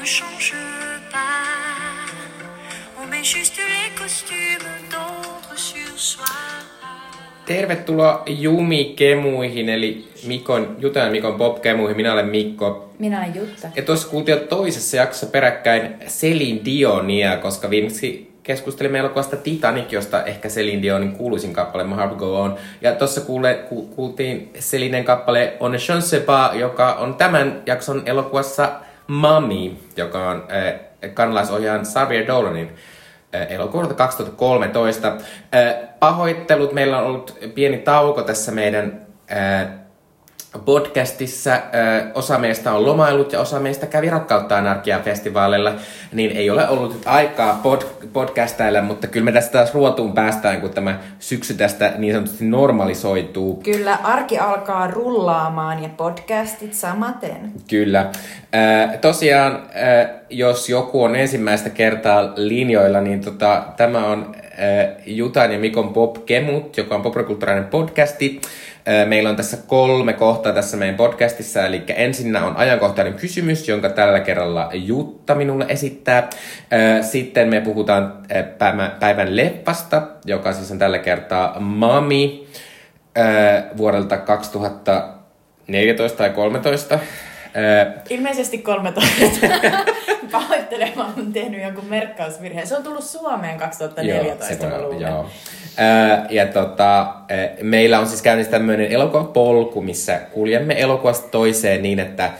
change pas. On met juste les costumes d'autres sur soi. Tervetuloa Jumi-kemuihin, eli Jutan ja Mikon pop-kemuihin. Minä olen Mikko. Minä olen Jutta. Ja tuossa kuultiin jo toisessa jaksossa peräkkäin Celine Dionia, koska viimeksi keskustelimme elokuvasta Titanic, josta ehkä Celine Dionin kuuluisin kappale My Heart Will Go On. Ja tuossa kuultiin Celinen kappale On ne change pas, joka on tämän jakson elokuvassa Mummy, joka on kanalaisohjaajan Xavier Dolanin elokuvalta 2013. Pahoittelut, meillä on ollut pieni tauko tässä meidän podcastissa. Osa meistä on lomailut ja osa meistä kävi Rakkautta Anarkia-festivaaleilla, niin ei ole ollut nyt aikaa podcastailla, mutta kyllä me tästä taas ruotuun päästään, kun tämä syksy tästä niin sanotusti normalisoituu. Kyllä, arki alkaa rullaamaan ja podcastit samaten. Kyllä. Tosiaan, jos joku on ensimmäistä kertaa linjoilla, niin tämä on Jutan ja Mikon Pop-kemut, joka on popkulttuurinen podcasti. Meillä on tässä 3 kohtaa tässä meidän podcastissa, eli ensinnä on ajankohtainen kysymys, jonka tällä kerralla Jutta minulle esittää. Sitten me puhutaan päivän leffasta, joka siis on tällä kertaa Mummy vuodelta 2014 tai 2013. Ilmeisesti 13. Pahoittelen, mä oon tehnyt jonkun merkkausvirheen. Se on tullut Suomeen 2014. Joo. Meillä on siis käynnissä tämmöinen elokuvapolku, missä kuljemme elokuvasta toiseen niin, että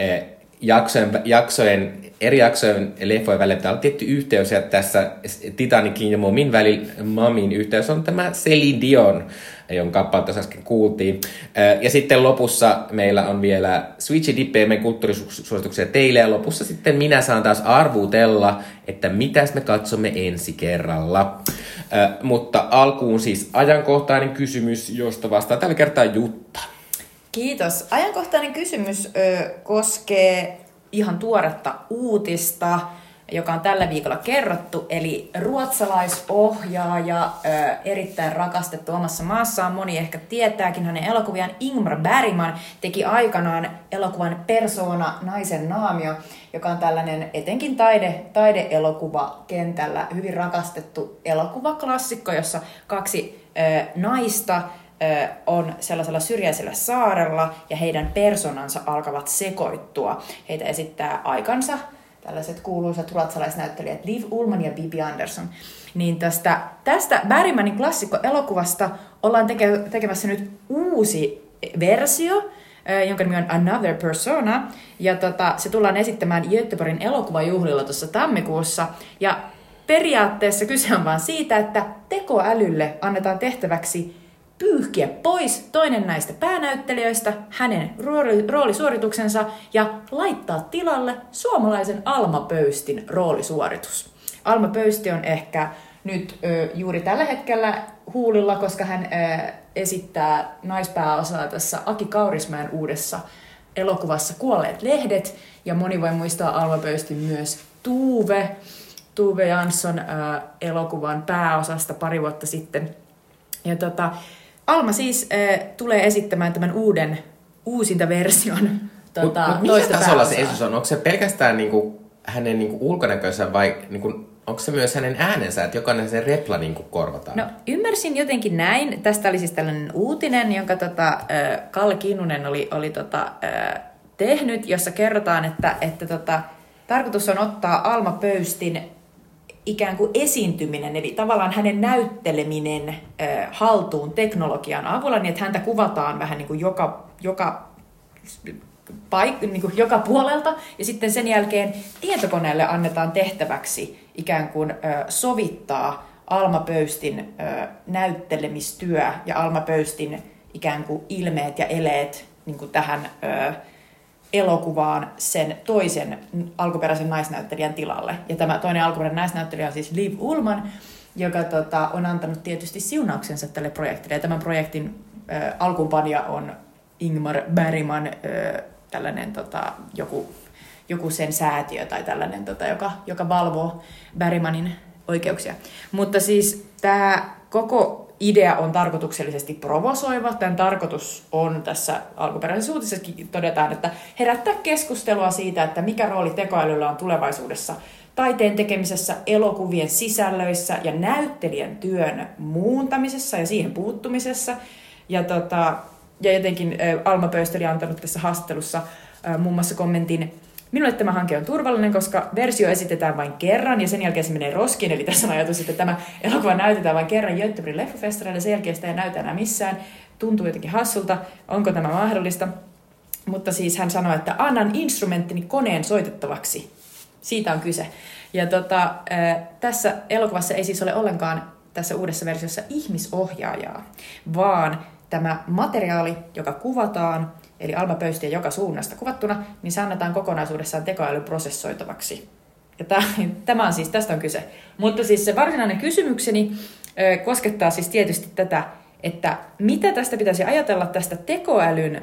eri jaksojen leffojen välillä pitää olla tietty yhteys, ja tässä Titanicin ja Mummyn yhteys on tämä Celine Dion, jonka kappale tuossa äsken kuultiin. Ja sitten lopussa meillä on vielä Switchy Dippejä, meidän kulttuurisuosituksia teille, ja lopussa sitten minä saan taas arvutella, että mitäs me katsomme ensi kerralla. Mutta alkuun siis ajankohtainen kysymys, josta vastaa tällä kertaa Jutta. Kiitos. Ajankohtainen kysymys koskee ihan tuoretta uutista, joka on tällä viikolla kerrottu. Eli ruotsalaisohjaaja, erittäin rakastettu omassa maassaan, moni ehkä tietääkin hänen elokuviaan, Ingmar Bergman teki aikanaan elokuvan Persona, naisen naamio, joka on tällainen etenkin taide-elokuvakentällä hyvin rakastettu elokuvaklassikko, jossa 2 naista on sellaisella syrjäisellä saarella ja heidän personansa alkavat sekoittua. Heitä esittää aikansa tällaiset kuuluisat ruotsalaisnäyttelijät Liv Ullmann ja Bibi Andersson. Niin tästä Bergmanin klassikkoelokuvasta ollaan tekemässä nyt uusi versio, jonka nimi on Another Persona. Ja se tullaan esittämään Göteborgin elokuvajuhlilla tuossa tammikuussa. Ja periaatteessa kyse on vaan siitä, että tekoälylle annetaan tehtäväksi pyyhkiä pois toinen näistä päänäyttelijöistä, hänen roolisuorituksensa, ja laittaa tilalle suomalaisen Alma Pöystin roolisuoritus. Alma Pöysti on ehkä nyt juuri tällä hetkellä huulilla, koska hän esittää naispääosaa tässä Aki Kaurismäen uudessa elokuvassa Kuolleet lehdet, ja moni voi muistaa Alma Pöystin myös Tuve Jansson elokuvan pääosasta pari vuotta sitten. Ja Alma siis tulee esittämään tämän uusinta version millä tasolla se esitys on? Onko se pelkästään niinku hänen niinku ulkonäkönsä vai niinku, onko se myös hänen äänensä, että jokainen sen repla niinku korvataan? No ymmärsin jotenkin näin. Tästä oli siis tällainen uutinen, jonka Kalle Kinnunen oli tehnyt, jossa kerrotaan, että tarkoitus on ottaa Alma Pöystin ikään kuin esiintyminen, eli tavallaan hänen näytteleminen haltuun teknologian avulla, niin että häntä kuvataan vähän niin kuin joka puolelta, ja sitten sen jälkeen tietokoneelle annetaan tehtäväksi ikään kuin sovittaa Alma Pöystin näyttelemistyö ja Alma Pöystin ikään kuin ilmeet ja eleet niin kuin tähän elokuvaan sen toisen alkuperäisen naisnäyttelijän tilalle. Ja tämä toinen alkuperäinen naisnäyttelijä on siis Liv Ullmann, joka on antanut tietysti siunauksensa tälle projektille. Ja tämän projektin alkupanija on Ingmar Bergman, tällainen joku sen säätiö tai tällainen, joka valvoo Bergmanin oikeuksia. Mutta siis tämä koko idea on tarkoituksellisesti provosoiva. Tämän tarkoitus on tässä alkuperäisessä uutisessakin todetaan, että herättää keskustelua siitä, että mikä rooli tekoälyllä on tulevaisuudessa taiteen tekemisessä, elokuvien sisällöissä ja näyttelijän työn muuntamisessa ja siihen puuttumisessa. Ja jotenkin Alma Pöysteri on antanut tässä haastattelussa muun muassa kommentin: minulle tämä hanke on turvallinen, koska versio esitetään vain kerran ja sen jälkeen se menee roskiin. Eli tässä on ajatus, että tämä elokuva näytetään vain kerran Göteborgin leffafestivaalilla ja sen jälkeen sitä ei näytä enää missään. Tuntuu jotenkin hassulta. Onko tämä mahdollista? Mutta siis hän sanoi, että annan instrumenttini koneen soitettavaksi. Siitä on kyse. Ja tässä elokuvassa ei siis ole ollenkaan tässä uudessa versiossa ihmisohjaajaa, vaan tämä materiaali, joka kuvataan, eli Alma Pöystiä joka suunnasta kuvattuna, niin se annetaan kokonaisuudessaan tekoälyn prosessoitavaksi. Ja tämä on siis, tästä on kyse. Mutta siis se varsinainen kysymykseni koskettaa siis tietysti tätä, että mitä tästä pitäisi ajatella tästä tekoälyn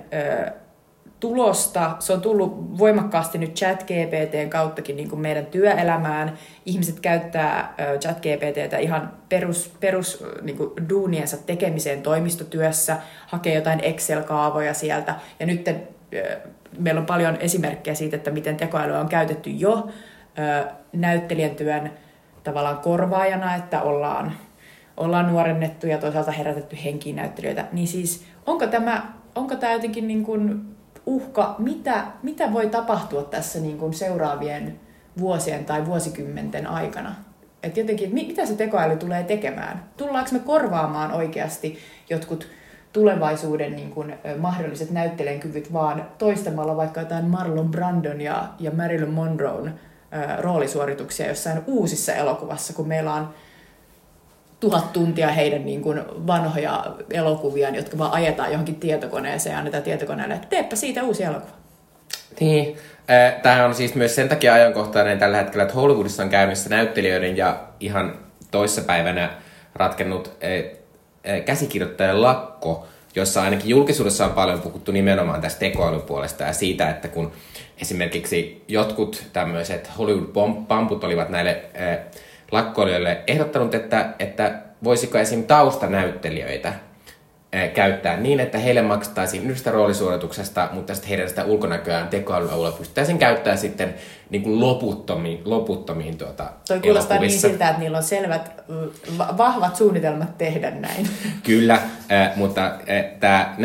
tulosta. Se on tullut voimakkaasti nyt ChatGPT:n kauttakin niin kuin meidän työelämään. Ihmiset käyttää ChatGPT:tä ihan perus niin kuin duuniensa tekemiseen toimistotyössä, hakee jotain Excel-kaavoja sieltä. Ja nyt meillä on paljon esimerkkejä siitä, että miten tekoälyä on käytetty jo näyttelijän työn tavallaan korvaajana, että ollaan nuorennettu ja toisaalta herätetty henkiin näyttelijöitä. Niin siis onko tämä jotenkin niin kuin uhka, mitä voi tapahtua tässä niin kuin seuraavien vuosien tai vuosikymmenten aikana? Että jotenkin, mitä se tekoäly tulee tekemään? Tullaanko me korvaamaan oikeasti jotkut tulevaisuuden niin kuin mahdolliset näyttelijänkyvyt vaan toistamalla vaikka jotain Marlon Brandon ja Marilyn Monroen roolisuorituksia jossain uusissa elokuvassa, kun meillä on 1000 tuntia heidän niin kuin vanhoja elokuviaan, jotka vaan ajetaan johonkin tietokoneeseen ja annetaan tietokoneelle, että teepä siitä uusi elokuva. Niin. Tämähän on siis myös sen takia ajankohtainen tällä hetkellä, että Hollywoodissa on käynnissä näyttelijöiden ja ihan toissapäivänä ratkennut käsikirjoittajan lakko, jossa ainakin julkisuudessa on paljon puhuttu nimenomaan tästä tekoälypuolesta ja siitä, että kun esimerkiksi jotkut tämmöiset Hollywood-pamput olivat näille lakkoilijoille ehdottanut, että voisiko esim. Taustanäyttelijöitä käyttää niin, että heille maksettaisiin yhdestä roolisuorituksesta, mutta sitten heidän sitä ulkonäköään tekoälyn avulla pystyttäisiin käyttämään sitten niin kuin loputtomiin Toi kuulostaa niin siltä, että niillä on selvät, vahvat suunnitelmat tehdä näin. Kyllä, mutta tämä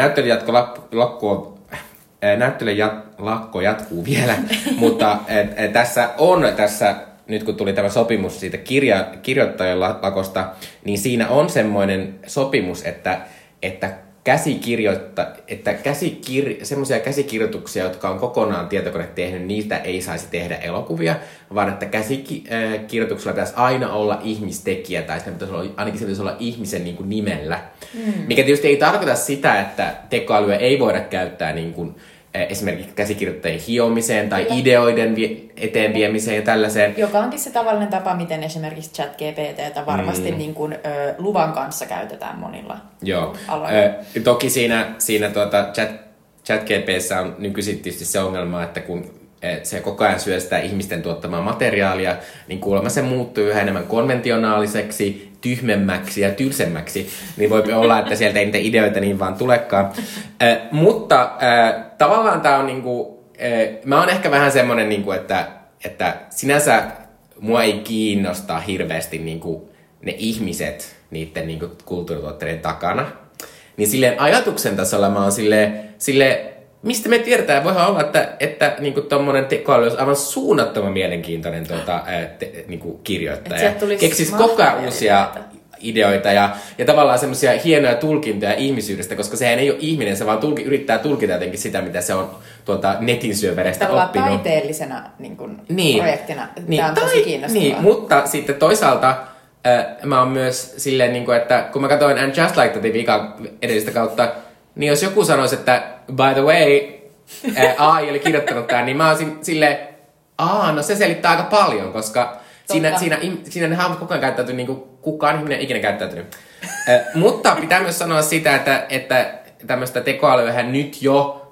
näyttelijälakko jatkuu vielä, mutta tässä nyt kun tuli tämä sopimus siitä kirjoittajan lakosta, niin siinä on semmoinen sopimus, että semmoisia käsikirjoituksia, jotka on kokonaan tietokone tehnyt, niistä ei saisi tehdä elokuvia, vaan että käsikirjoituksella pitäisi aina olla ihmistekijä, tai ainakin se pitäisi olla ihmisen niin kuin nimellä. Mikä tietysti ei tarkoita sitä, että tekoälyä ei voida käyttää niin kuin esimerkiksi käsikirjoittajien hiomiseen tai ideoiden eteen viemiseen ja tällaiseen. Joka onkin se tavallinen tapa, miten esimerkiksi ChatGPT:tä varmasti niin kuin, luvan kanssa käytetään monilla aloilla. Toki siinä ChatGPT:ssä on nykyisin tietysti se ongelma, että kun se koko ajan syö sitä ihmisten tuottamaa materiaalia, niin kuulemma se muuttuu yhä enemmän konventionaaliseksi, tyhmemmäksi ja tylsemmäksi, niin voi olla, että sieltä ei niitä ideoita niin vaan tulekaan. Mutta tavallaan tämä on niinku, mä oon ehkä vähän semmonen, niinku, että sinänsä mua ei kiinnosta hirveästi niinku ne ihmiset niiden niinku kulttuurituotteiden takana. Niin silleen ajatuksen tasolla mä oon silleen mistä me tiedetään, voihan olla, että niinku tommonen tekoäly olisi aivan suunnattoman mielenkiintoinen niinku kirjoittaja. Keksis koko ajan uusia ideoita ja tavallaan semmoisia hienoja tulkintoja ihmisyydestä, koska sehän ei ole ihminen, se vaan yrittää tulkita jotenkin sitä, mitä se on netin syövereistä oppinut. Tavallaan taiteellisena projektina. Tämä on tosi kiinnostavaa. Niin, mutta sitten toisaalta mä oon myös silleen, että kun mä katsoin And Just Like That edellistä kautta, niin jos joku sanoisi, että by the way, AI oli kirjoittanut tämän, niin mä oon silleen, no se selittää aika paljon, koska siinä ne hahmot koko ajan käyttäytyy niin kuin kukaan ihminen ikinä käyttäytynyt. Mutta pitää myös sanoa sitä, että tämmöistä tekoälyähän nyt jo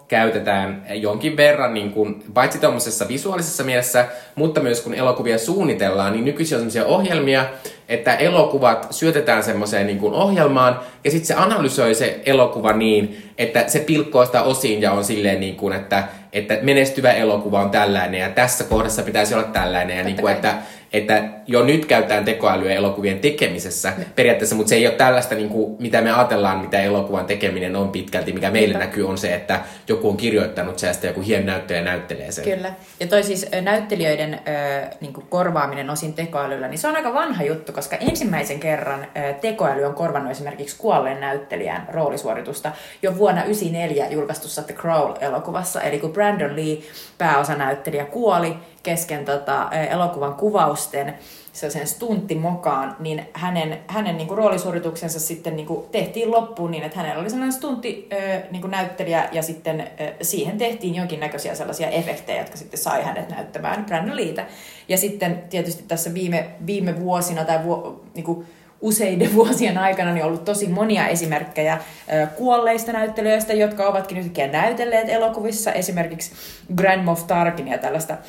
käytetään jonkin verran, niin kuin, paitsi tuommoisessa visuaalisessa mielessä, mutta myös kun elokuvia suunnitellaan, niin nykyisin on sellaisia ohjelmia, että elokuvat syötetään semmoiseen niin kuin ohjelmaan, ja sitten se analysoi se elokuva niin, että se pilkkoo sitä osiin ja on silleen, niin kuin, että menestyvä elokuva on tällainen, ja tässä kohdassa pitäisi olla tällainen, ja niin kuin, että jo nyt käytetään tekoälyä elokuvien tekemisessä periaatteessa, mutta se ei ole tällaista, niin kuin, mitä me ajatellaan, mitä elokuvan tekeminen on pitkälti, mikä meille näkyy, on se, että joku on kirjoittanut sen ja joku hieno näyttelijä näyttelee sen. Kyllä. Ja toi siis näyttelijöiden niin kuin korvaaminen osin tekoälyllä, niin se on aika vanha juttu, koska ensimmäisen kerran tekoäly on korvannut esimerkiksi kuolleen näyttelijän roolisuoritusta jo vuonna 1994 julkaistussa The Crow-elokuvassa, eli kun Brandon Lee, pääosanäyttelijä, kuoli kesken elokuvan kuvausten sellaisen stunttimokaan, niin hänen niin kuin roolisuorituksensa sitten niin kuin tehtiin loppuun niin, että hänellä oli sellainen stuntti niin kuin näyttelijä, ja sitten siihen tehtiin jonkinnäköisiä sellaisia efektejä, jotka sitten sai hänet näyttämään Brandon Leetä. Ja sitten tietysti tässä viime vuosina tai niin kuin useiden vuosien aikana niin on ollut tosi monia esimerkkejä kuolleista näyttelijöistä, jotka ovatkin yhtäkkiä näytelleet elokuvissa. Esimerkiksi Grand Moff Tarkinia, tällaista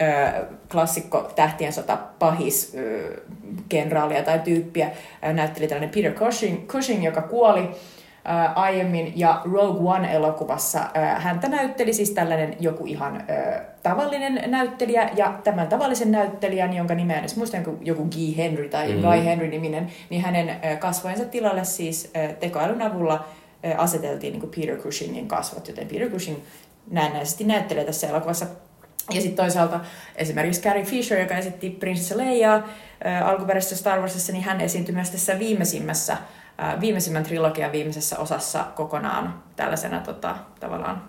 klassikko Tähtien sota pahis kenraalia tai tyyppiä näytteli tällainen Peter Cushing, joka kuoli aiemmin, ja Rogue One-elokuvassa häntä näytteli siis tällainen joku ihan tavallinen näyttelijä, ja tämän tavallisen näyttelijän, jonka nimeä edes muistan, joku Guy Henry tai Guy Henry-niminen, niin hänen kasvojensa tilalle siis tekoälyn avulla aseteltiin niin kuin Peter Cushingin kasvot, joten Peter Cushing näennäisesti näyttelee tässä elokuvassa. Ja sitten toisaalta esimerkiksi Carrie Fisher, joka esitti prinsessa Leiaa alkuperäisessä Star Warsissa, niin hän esiintyi myös tässä viimeisimmän trilogian viimeisessä osassa kokonaan tällaisena tavallaan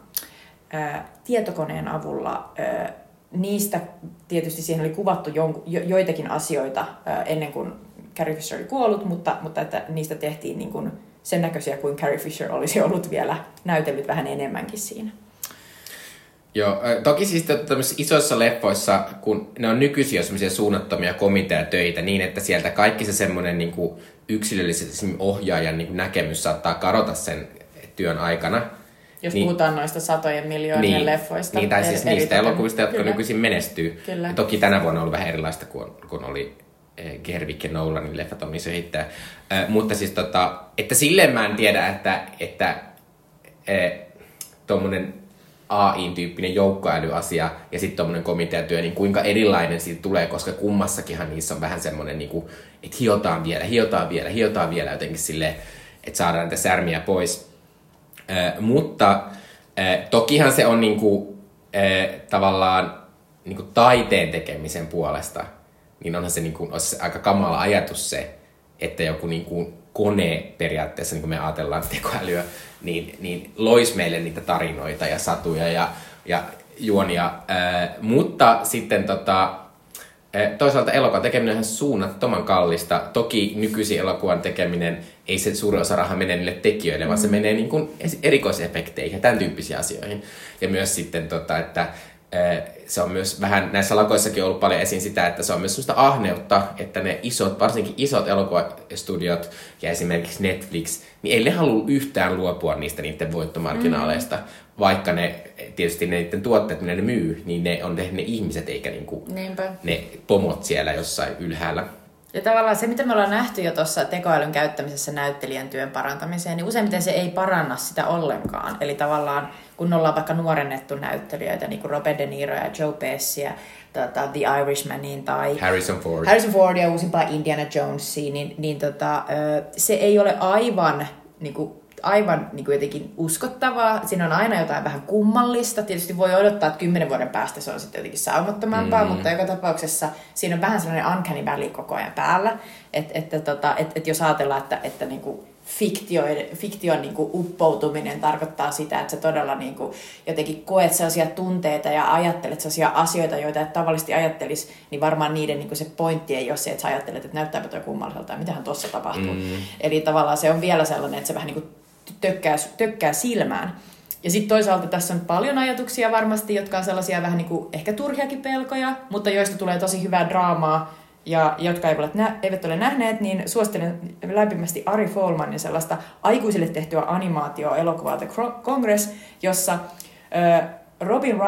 tietokoneen avulla. Niistä tietysti siihen oli kuvattu joitakin asioita ennen kuin Carrie Fisher oli kuollut, mutta että niistä tehtiin niin kuin sen näköisiä kuin Carrie Fisher olisi ollut vielä näytellyt vähän enemmänkin siinä. Joo, toki siis tämmöisissä isoissa leffoissa, kun ne on nykyisin semmoisia suunnattomia komiteatöitä niin, että sieltä kaikki se semmoinen niin kuin yksilöllisesti ohjaajan niin kuin näkemys saattaa kadota sen työn aikana. Jos puhutaan noista satojen miljoonien leffoista. Niin, tai siis niistä elokuvista, jotka Kyllä. nykyisin menestyy. Kyllä. Toki tänä vuonna on ollut vähän erilaista, kun oli Gerwig ja Nolanin leffat on niissä hittää. Mutta siis että silleen mä en tiedä, että tommonen AI-tyyppinen joukkoälyasia ja sitten tommonen komiteatyö, niin kuinka erilainen siitä tulee, koska kummassakinhan niissä on vähän semmoinen, niin kuin, että hiotaan vielä jotenkin silleen, että saadaan niitä särmiä pois. Mutta tokihan se on niin kuin, tavallaan niin kuin taiteen tekemisen puolesta, niin onhan se, niin kuin, se aika kamala ajatus se, että joku niin kuin kone periaatteessa, niin kuin me ajatellaan tekoälyä, niin loisi meille niitä tarinoita ja satuja ja juonia. Mutta sitten toisaalta elokuvan tekeminen on ihan suunnattoman kallista. Toki nykyisin elokuvan tekeminen, ei se suuri osa rahaa mene niille tekijöille, vaan se menee niin kuin erikoisefekteihin ja tämän tyyppisiin asioihin. Ja myös sitten, että se on myös vähän, näissä lakoissakin on ollut paljon esiin sitä, että se on myös sellaista ahneutta, että ne varsinkin isot elokuvastudiot ja esimerkiksi Netflix, niin ei ne halua yhtään luopua niiden voittomarginaaleista, vaikka tietysti niiden tuotteet, mitä ne myy, niin ne on ne ihmiset eikä niinku ne pomot siellä jossain ylhäällä. Ja tavallaan se, mitä me ollaan nähty jo tuossa tekoälyn käyttämisessä näyttelijän työn parantamiseen, niin useimmiten se ei paranna sitä ollenkaan. Eli tavallaan, kun ollaan vaikka nuorennettu näyttelijöitä, niin kuin Robert De Niro ja Joe Pesciä, The Irishmanin tai Harrison Fordia uusimpaa Indiana Jonesiin, niin se ei ole aivan jotenkin uskottavaa. Siinä on aina jotain vähän kummallista. Tietysti voi odottaa, että 10 vuoden päästä se on sitten jotenkin saumattomampaa, mutta joka tapauksessa siinä on vähän sellainen uncanny valley koko ajan päällä. Että jos ajatellaan, että niinku fiktion niinku uppoutuminen tarkoittaa sitä, että sä todella niinku jotenkin koet sellaisia tunteita ja ajattelet sellaisia asioita, joita et tavallisesti ajattelisi, niin varmaan niiden niinku se pointti ei ole se, että sä ajattelet, että näyttääpä toi kummalliselta ja mitähän tuossa tapahtuu. Eli tavallaan se on vielä sellainen, että se vähän niinku tökkää silmään. Ja sitten toisaalta tässä on paljon ajatuksia varmasti, jotka on sellaisia vähän niinku ehkä turhiakin pelkoja, mutta joista tulee tosi hyvää draamaa, ja jotka eivät ole nähneet, niin suosittelen lämpimästi Ari Folmanin sellaista aikuisille tehtyä animaatio-elokuvaa The Congress, jossa Robin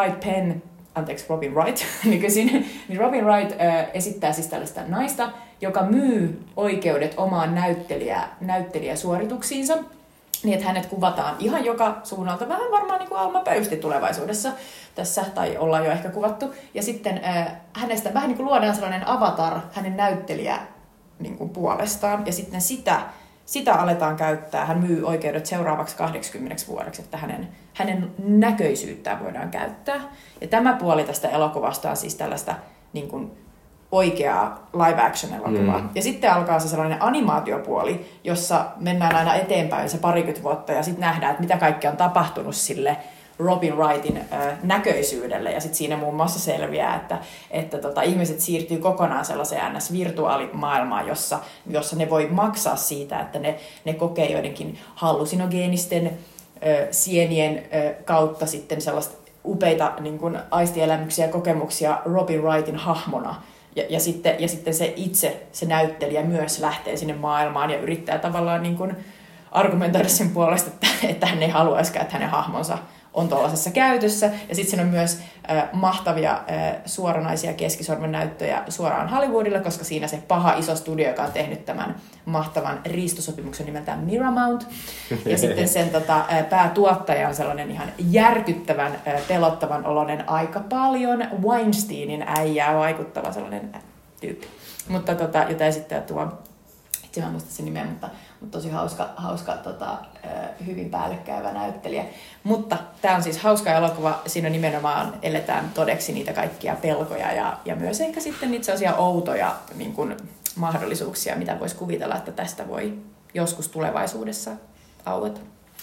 Wright nykyisin, niin Robin Wright esittää siis tällaista naista, joka myy oikeudet omaan näyttelijäsuorituksiinsa, niin että hänet kuvataan ihan joka suunnalta, vähän varmaan niin kuin Alma Pöysti tulevaisuudessa tässä, tai ollaan jo ehkä kuvattu. Ja sitten hänestä vähän niin kuin luodaan sellainen avatar hänen näyttelijä niin kuin puolestaan, ja sitten sitä aletaan käyttää. Hän myy oikeudet seuraavaksi 80 vuodeksi, että hänen näköisyyttään voidaan käyttää. Ja tämä puoli tästä elokuvasta on siis tällaista niin kuin oikeaa live-action-elokuvaa. Ja sitten alkaa se sellainen animaatiopuoli, jossa mennään aina eteenpäin se 20 vuotta, ja sitten nähdään, että mitä kaikkea on tapahtunut sille Robin Wrightin näköisyydelle. Ja sitten siinä muun muassa selviää, että ihmiset siirtyy kokonaan sellaiseen NS-virtuaalimaailmaan, jossa ne voi maksaa siitä, että ne kokee joidenkin hallusinogeenisten sienien kautta sitten sellaista upeita niin kuin aistielämyksiä ja kokemuksia Robin Wrightin hahmona. Ja sitten se itse, se näyttelijä myös lähtee sinne maailmaan ja yrittää tavallaan niin kuin argumentoida sen puolesta, että hän ei haluaisikaan, että hänen hahmonsa on tuollaisessa käytössä. Ja sitten siinä on myös mahtavia suoranaisia keskisormen näyttöjä suoraan Hollywoodille, koska siinä se paha iso studio, joka on tehnyt tämän mahtavan riistosopimuksen nimeltään Miramount. Ja sitten sen päätuottaja on sellainen ihan järkyttävän, pelottavan oloinen, aika paljon Weinsteinin äijää vaikuttava sellainen tyyppi. Mutta jota esittää itse mä en muista sen nimeä, mutta tosi hauska hyvin päällekkäyvä näyttelijä. Mutta tämä on siis hauska elokuva. Siinä nimenomaan eletään todeksi niitä kaikkia pelkoja ja myös ehkä sitten niitä sellaisia outoja niin kuin mahdollisuuksia, mitä voisi kuvitella, että tästä voi joskus tulevaisuudessa aueta.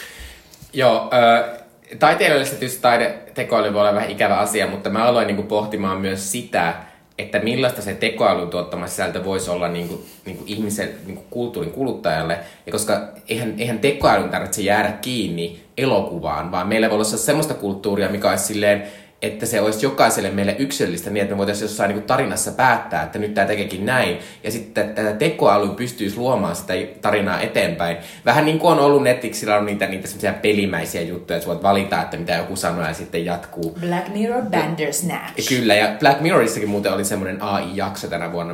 Joo, taiteilijalle tietysti taidetekoäly voi olla vähän ikävä asia, mutta mä aloin niin kuin pohtimaan myös sitä, että millaista se tekoälyn tuottama sisältö voisi olla niin kuin ihmisen niin kuin kulttuurin kuluttajalle. Ja koska eihän tekoälyn tarvitse jäädä kiinni elokuvaan, vaan meillä voi olla semmoista kulttuuria, mikä olisi silleen, että se olisi jokaiselle meille yksilöllistä niin, että me voitaisiin jossain niin kuin tarinassa päättää, että nyt tämä tekeekin näin. Ja sitten tätä tekoäly pystyisi luomaan sitä tarinaa eteenpäin. Vähän niin kuin on ollut Netflixillä on niitä semmoisia pelimäisiä juttuja, että voit valita, että mitä joku sanoo ja sitten jatkuu. Black Mirror Bandersnatch. Kyllä, ja Black Mirrorissakin muuten oli semmoinen AI-jakso tänä vuonna,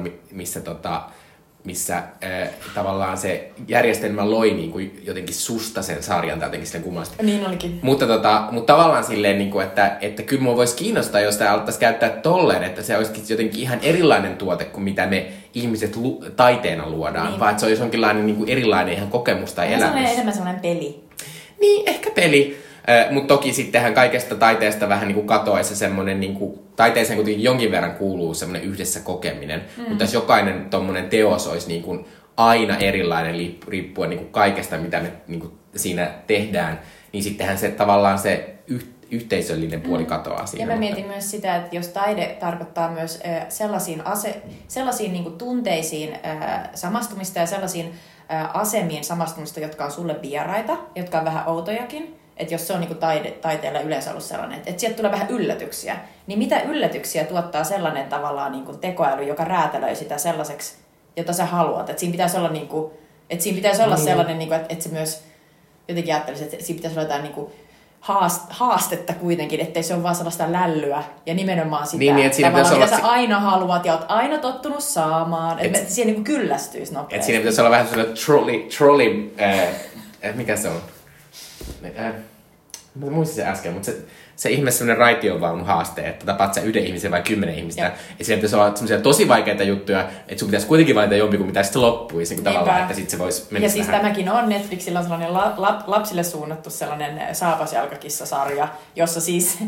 missä tavallaan se järjestelmä loi niin kuin jotenkin susta sen sarjan, tai jotenkin silleen kummallisesti. Niin olikin. Mutta tavallaan silleen, niin kuin, että kyllä mua voisi kiinnostaa, jos tämä alettaisiin käyttää tolleen, että se olisikin jotenkin ihan erilainen tuote kuin mitä me ihmiset taiteena luodaan, niin. Vaan että se olisi jonkinlainen niin kuin erilainen ihan kokemus tai elämys. Se on enemmän sellainen peli. Niin, ehkä peli. Mutta toki sittenhän kaikesta taiteesta vähän niin kuin katoaisi semmoinen, niin kuin, taiteeseen kuitenkin jonkin verran kuuluu semmoinen yhdessä kokeminen. Mutta jos jokainen tommonen teos olisi niin kuin aina erilainen riippuen niin kuin kaikesta, mitä me niin kuin siinä tehdään, niin sittenhän se tavallaan se yhteisöllinen puoli katoaa siinä. Ja mä mietin myös sitä, että jos taide tarkoittaa myös sellaisiin niin kuin tunteisiin samastumista ja sellaisiin asemiin samastumista, jotka on sulle vieraita, jotka on vähän outojakin, että jos se on niin taiteella yleensä ollut sellainen, että sieltä tulee vähän yllätyksiä, niin mitä yllätyksiä tuottaa sellainen tavallaan niin kuin tekoäly, joka räätälöi sitä sellaiseksi, jota sä haluat. Että siinä pitäisi olla, niin kuin, että siinä pitäisi olla sellainen, niin kuin, että se myös jotenkin ajattelisi, että siinä pitäisi olla jotain niin kuin haastetta kuitenkin, ettei se ole vaan sellaista lällyä ja nimenomaan sitä tavallaan, mitä sä aina haluat ja oot aina tottunut saamaan, että siihen niin kuin kyllästyisi nopeasti. Että siinä pitäisi olla vähän sellainen trolley mikä se on? Mä muistin sen äsken, mutta se ihme sellainen raitiovaunu haaste, että tapaat sä yhden ihmisen vai 10 ihmistä. Ja siinä pitäisi olla sellaisia tosi vaikeita juttuja, että sun pitäisi kuitenkin valita jompikumpi, mitä sitten loppuisi niin tavallaan, että sitten se voisi mennä. Ja siis tämäkin on, Netflixillä on sellainen lapsille suunnattu sellainen saapasjalkakissa-sarja, jossa siis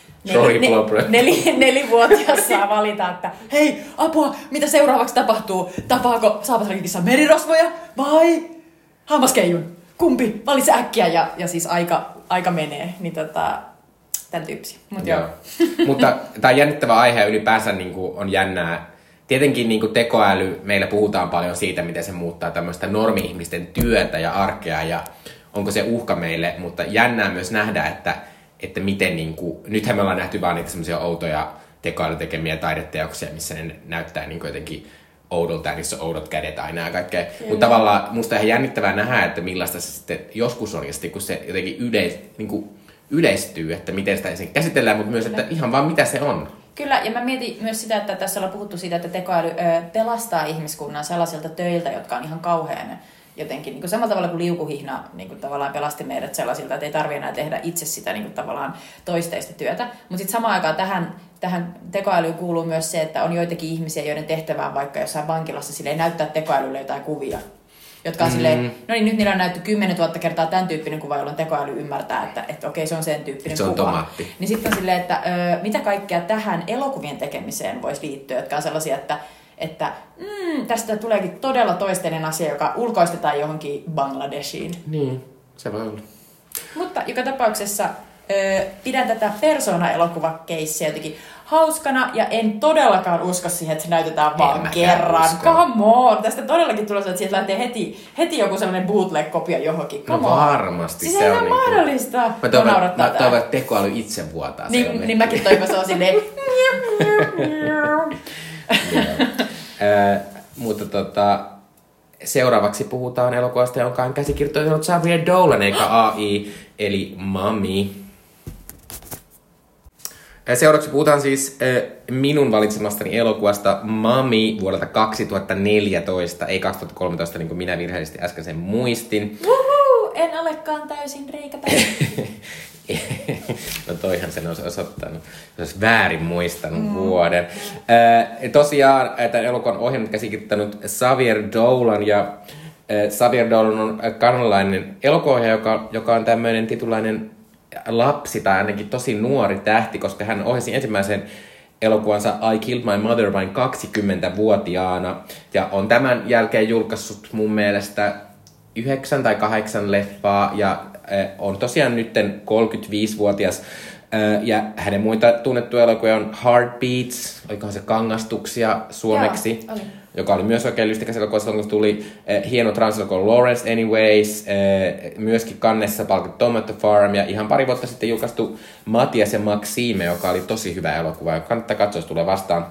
4-vuotias saa valita, että hei, apua, mitä seuraavaksi tapahtuu? Tapaako saapasjalkakissa merirosvoja vai hammaskeijun? Kumpi? Valitse äkkiä ja siis aika menee, niin tämän tyyppisiä. Mutta tämä on jännittävä aihe ja ylipäänsä niin kuin on jännää. Tietenkin niin kuin tekoäly, meillä puhutaan paljon siitä, miten se muuttaa tämmöistä normi-ihmisten työtä ja arkea ja onko se uhka meille, mutta jännää myös nähdä, että miten, niin kuin, nythän me ollaan nähty vaan niitä semmoisia outoja tekoälytekemiä taideteoksia, missä ne näyttää niin kuin jotenkin oudolta ja niissä on oudot kädet aina ja kaikkea. Mutta tavallaan musta on ihan jännittävää nähdä, että millaista se sitten joskus on, ja sitten kun se jotenkin yleistyy, että miten sitä ensin käsitellään, mutta myös, että ihan vaan mitä se on. Kyllä, ja mä mietin myös sitä, että tässä ollaan puhuttu siitä, että tekoäly pelastaa ihmiskunnan sellaisilta töiltä, jotka on ihan kauhean jotenkin, niin kuin samalla tavalla kuin liukuhihna niin kuin tavallaan pelasti meidät sellaisilta, että ei tarvitse enää tehdä itse sitä niin kuin tavallaan toisteista työtä. Mutta sitten samaan aikaan tähän tekoälyyn kuuluu myös se, että on joitakin ihmisiä, joiden tehtävä on vaikka jossain vankilassa silleen näyttää tekoälylle jotain kuvia, jotka on silleen, no niin, nyt niillä on näytty 10 000 kertaa tämän tyyppinen kuva, jolloin tekoäly ymmärtää, että okei, se on sen tyyppinen se on kuva. tomaatti. Niin sitten on silleen, että mitä kaikkea tähän elokuvien tekemiseen voisi liittyä, jotka on sellaisia, että tästä tuleekin todella toisteinen asia, joka ulkoistetaan johonkin Bangladeshiin. Niin, se voi olla. Mutta joka tapauksessa pidän tätä Persona-elokuvakeissiä jotenkin hauskana, ja en todellakaan usko siihen, että se näytetään vaan kerran. Come on! Tästä todellakin tulee se, että sieltä lähtee heti joku sellainen bootleg-kopio johonkin. Come on. Varmasti. Siis se on mahdollista. Mä toivon, että tekoäly itse vuotaa. Niin mäkin toivon, se on silleen. Mutta seuraavaksi puhutaan elokuvasta, jonka on käsikirjoittanut Xavier Dolan, eikä AI, eli Mami. Seuraavaksi puhutaan siis minun valitsemastani elokuvasta Mami vuodelta 2014, ei 2013, niin kuin minä virheellisesti äsken sen muistin. En olekaan täysin reikäpäin. No toihan sen olisi osoittanut, jos olisi väärin muistanut vuoden. Tosiaan tämän elokuvan ohjelmat käsikirjoittanut Xavier Dolan, ja Xavier Dolan on kanadalainen elokuvaohjaaja, joka on tämmöinen tietynlainen lapsi tai ainakin tosi nuori tähti, koska hän ohjasi ensimmäisen elokuvansa I Killed My Mother vain 20-vuotiaana, ja on tämän jälkeen julkaissut mun mielestä 9 tai 8 leffaa, ja on tosiaan nytten 35-vuotias, ja hänen muita tunnettuja elokuvia on Heartbeats, olikohan se Kangastuksia suomeksi, Joo, joka oli myös oikein lystikäs elokuva, silloin kun tuli hieno transelokuva Lawrence Anyways, myöskin Cannessa palkittu Tomato Farm, ja ihan pari vuotta sitten julkaistu Matias ja Maxime, joka oli tosi hyvä elokuva, ja kannattaa katsoa, jos tulee vastaan.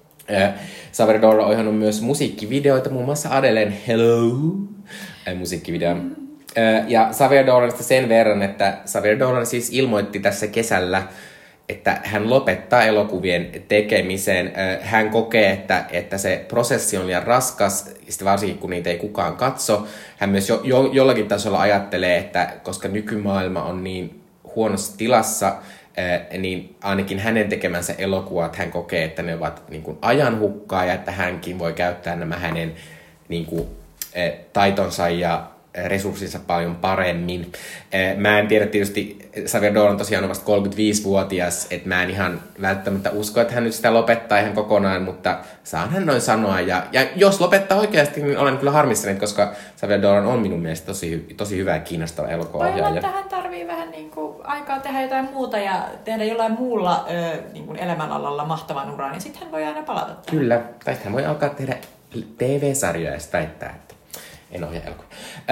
Xavier Dolan on ohjannut myös musiikkivideoita, muun muassa Adelen Hello musiikkivideo. Ja Xavier Dolanista sen verran, että Xavier Dolan siis ilmoitti tässä kesällä, että hän lopettaa elokuvien tekemisen. Hän kokee, että se prosessi on liian raskas, varsinkin kun niitä ei kukaan katso. Hän myös jollakin tasolla ajattelee, että koska nykymaailma on niin huonossa tilassa, niin ainakin hänen tekemänsä elokuvat hän kokee, että ne ovat niin kuin ajanhukkaa, ja että hänkin voi käyttää nämä hänen niin kuin, taitonsa ja resurssinsa paljon paremmin. Mä en tiedä, tietysti Xavier Dolan tosiaan on vasta 35-vuotias, että mä en ihan välttämättä usko, että hän nyt sitä lopettaa ihan kokonaan, mutta saan hän noin sanoa. Ja jos lopettaa oikeasti, niin olen kyllä harmissani, koska Xavier Dolan on minun mielestä tosi hyvä ja kiinnostava elokuvaohjaaja. Voi olla, tähän tarvii vähän niin kuin aikaa tehdä jotain muuta ja tehdä jollain muulla niin kuin elämänalalla mahtavan uran, niin sitten hän voi aina palata tähän. Kyllä, tai hän voi alkaa tehdä TV-sarjoja ja sitä väittää, että en ohjaa elokuvia.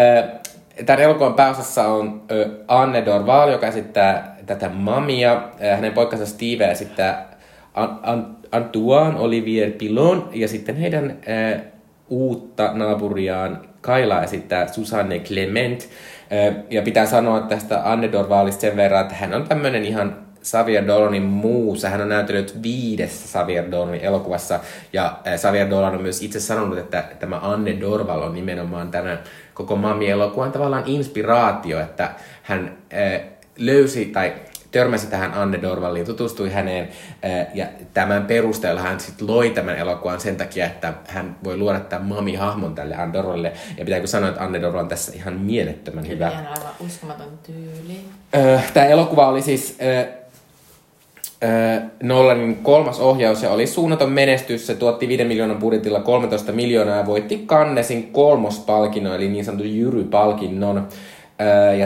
Tämän elokuvan pääosassa on Anne Dorval, joka esittää tätä Mamia. Hänen poikansa Steve esittää Antoine Olivier Pilon, ja sitten heidän uutta naapuriaan Kaila esittää Susanne Clement. Ja pitää sanoa tästä Anne Dorvalista sen verran, että hän on tämmöinen ihan Xavier Dolanin muussa. Hän on näytellyt 5 Xavier Dolanin elokuvassa, ja Xavier Dolan on myös itse sanonut, että tämä Anne Dorval on nimenomaan tämän koko Mami-elokuvan tavallaan inspiraatio, että hän löysi tai törmäsi tähän Anne Dorvaliin, tutustui häneen, ja tämän perusteella hän sitten loi tämän elokuvan sen takia, että hän voi luoda tämän Mami-hahmon tälle Anne Dorvalille, ja pitääkö sanoa, että Anne Dorval on tässä ihan mielettömän hyvä. Ihan aivan uskomaton tyyli. Tämä elokuva oli siis Nolanin 3. ohjaus, ja oli suunnaton menestys. Se tuotti 5 miljoonan budjetilla 13 miljoonaa ja voitti Cannesin 3. palkinnon, eli niin sanotun Jury-palkinnon. Ja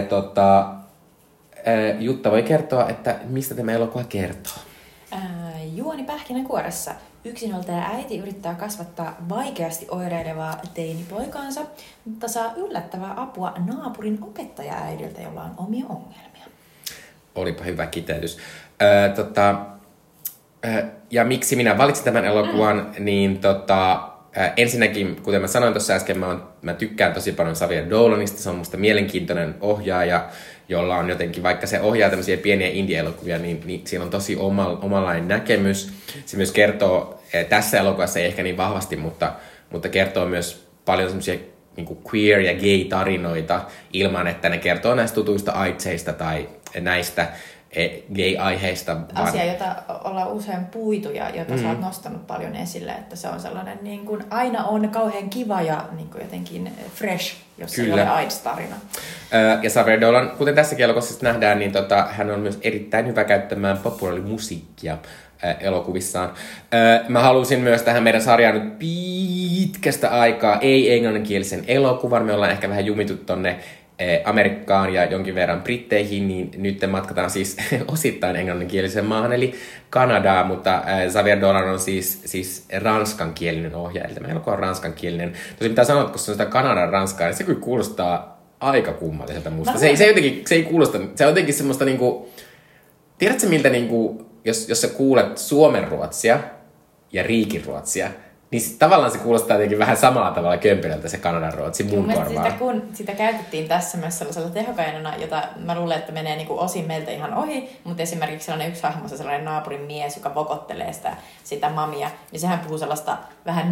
Jutta voi kertoa, että mistä tämä elokuva kertoo. Juoni pähkinänkuoressa. Yksinhuoltaja äiti yrittää kasvattaa vaikeasti oireilevaa teinipoikaansa, mutta saa yllättävää apua naapurin opettaja-äidiltä, jolla on omia ongelmia. Olipa hyvä kiteytys. Ja miksi minä valitsin tämän elokuvan, niin Ensinnäkin, kuten mä sanoin tuossa äsken, mä tykkään tosi paljon Xavier Dolanista. Se on musta mielenkiintoinen ohjaaja, jolla on jotenkin, vaikka se ohjaa tämmöisiä pieniä indie-elokuvia, niin siinä on tosi omanlainen näkemys. Se myös kertoo, tässä elokuvassa ei ehkä niin vahvasti, mutta kertoo myös paljon semmoisia niin kuin queer- ja gay-tarinoita ilman, että ne kertoo näistä tutuista aitseista tai näistä gay-aiheista. Asia, jota ollaan usein puitu ja jota sä oot nostanut paljon esille, että se on sellainen niin kuin aina on kauhean kiva ja niin kuin jotenkin fresh, jos ei ole AIDS-tarina. Ja Xavier Dolan, kuten tässäkin elokuvassa nähdään, niin hän on myös erittäin hyvä käyttämään populaarimusiikkia elokuvissaan. Mä halusin myös tähän meidän sarjaan nyt pitkästä aikaa ei-englanninkielisen elokuvan. Me ollaan ehkä vähän jumittu tonne Amerikkaan ja jonkin verran Britteihin, niin nyt matkataan siis osittain englanninkieliseen maahan, eli Kanadaan, mutta Xavier Dolan on siis ranskankielinen ohjaaja, eli tämä elokuva on ranskankielinen. Tosi pitää sanoa, että kun se on sitä Kanadan ranskaa, niin se kyllä kuulostaa aika kummalliselta musta. Se ei kuulosta, se on jotenkin semmoista niinku, tiedätkö miltä niinku, jos sä kuulet suomenruotsia ja riikinruotsia, niin tavallaan se kuulostaa jotenkin vähän samalla tavalla kömpelöltä se Kanadan ruotsi mun korvaan. Sitä käytettiin tässä myös sellaisella tehokainona, jota mä luulen, että menee niinku osin meiltä ihan ohi, mutta esimerkiksi sellainen yksi hahmossa sellainen naapurin mies, joka vokottelee sitä mamia, niin sehän puhuu sellaista vähän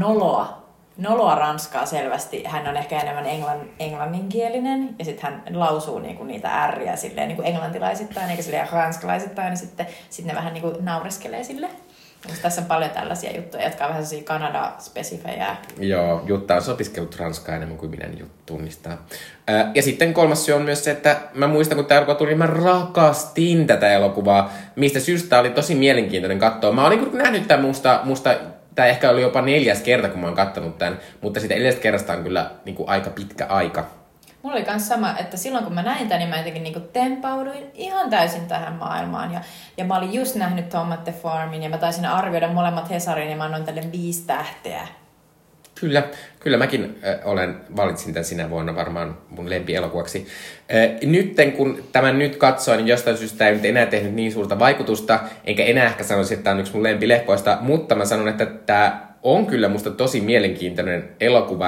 noloa ranskaa selvästi. Hän on ehkä enemmän englanninkielinen ja sitten hän lausuu niinku niitä ärriä silleen niinku englantilaisittain eikä silleen ranskalaisittain, niin sitten ne vähän niinku naureskelee sille. Tässä on paljon tällaisia juttuja, jotka on vähän sellaisia Kanada-spesifejä. Joo, Jutta on opiskellut ranskaa enemmän kuin minä tunnistaa. Ja sitten kolmas syy on myös se, että mä muistan, kun tämä elokuva tuli, mä rakastin tätä elokuvaa, mistä syystä oli tosi mielenkiintoinen katsoa. Mä olin nähnyt tämän musta tämä ehkä oli jopa 4. kerta, kun mä oon kattonut tämän, mutta siitä 4. kerrasta on kyllä niin kuin aika pitkä aika. Mulla oli myös sama, että silloin kun mä näin tämän, niin mä jotenkin niin tempauduin ihan täysin tähän maailmaan. Ja mä olin just nähnyt Tom at the Farmin ja mä taisin arvioida molemmat Hesarin ja mä annoin tälle 5 tähteä. Kyllä mäkin valitsin tämän sinä vuonna varmaan mun lempielokuvaksi. Nytten kun tämän nyt katsoin, niin jostain syystä ei nyt enää tehnyt niin suurta vaikutusta, enkä enää ehkä sanoisi, että tämä on yksi mun lempileffoista, mutta mä sanon, että tämä on kyllä musta tosi mielenkiintoinen elokuva.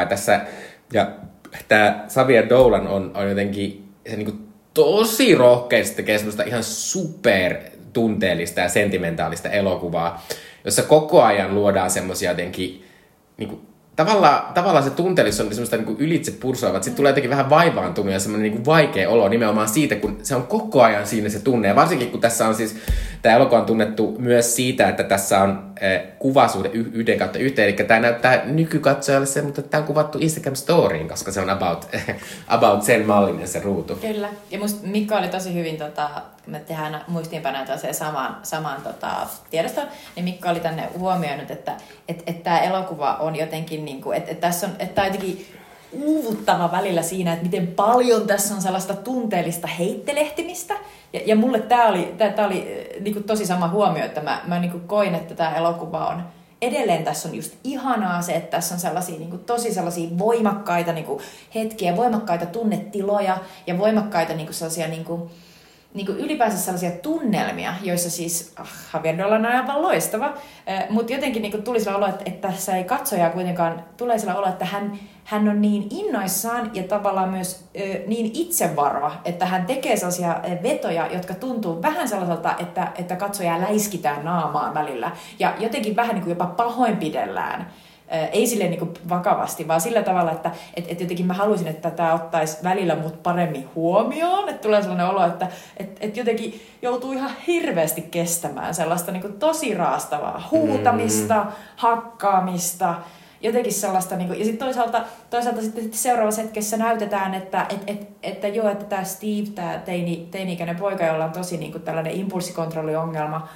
Ja tämä Xavier Dolan on jotenkin se niinku tosi rohkeasti tekee semmoista ihan super tunteellista ja sentimentaalista elokuvaa, jossa koko ajan luodaan semmoisia jotenkin niinku, tavallaan se tunteellisuus on semmoista niinku ylitse pursoivat. Sitten tulee jotenkin vähän vaivaantunut ja semmoinen niinku vaikea olo nimenomaan siitä, kun se on koko ajan siinä se tunne. Ja varsinkin kun tässä on siis, tämä elokuva on tunnettu myös siitä, että tässä on kuvasuhde 1:1. Eli tämä näyttää nykykatsojalle se, mutta tämä on kuvattu Instagram-storyin, koska se on about sen mallinen se ruutu. Kyllä. Ja musta Mikko oli tosi hyvin, me tehdään muistiinpanoja samaan tiedostoon, niin Mikko oli tänne huomioinut, että tämä elokuva on jotenkin, niin kuin, että tässä on, että on jotenkin uuvuttava välillä siinä, että miten paljon tässä on sellaista tunteellista heittelehtimistä. Ja mulle tämä oli niin kuin tosi sama huomio, että mä niin kuin koin, että tämä elokuva on edelleen tässä on just ihanaa se, että tässä on sellaisia, niin kuin, tosi sellaisia voimakkaita niin kuin, hetkiä, voimakkaita tunnetiloja ja voimakkaita niin kuin, sellaisia niin kuin ylipäänsä sellaisia tunnelmia, joissa siis Xavier Dolan on aivan loistava, mutta jotenkin niin tuli sillä olo, että tässä ei katsojaa kuitenkaan, tulee sillä olo, että hän on niin innoissaan ja tavallaan myös niin itsevarma, että hän tekee sellaisia vetoja, jotka tuntuu vähän sellaiselta, että katsojaa läiskitään naamaan välillä ja jotenkin vähän niin kuin jopa pahoinpidellään. Ei silleen niin kuin vakavasti, vaan sillä tavalla, että jotenkin mä haluaisin, että tämä ottaisi välillä mut paremmin huomioon. Että tulee sellainen olo, että jotenkin joutuu ihan hirveästi kestämään sellaista niin kuin tosi raastavaa huutamista, hakkaamista, jotenkin sellaista. Niin kuin, ja sitten toisaalta sitten seuraavassa hetkessä näytetään, että joo, että tämä Steve, tämä teini-ikäinen poika, jolla on tosi niin kuin tällainen impulssikontrolliongelma,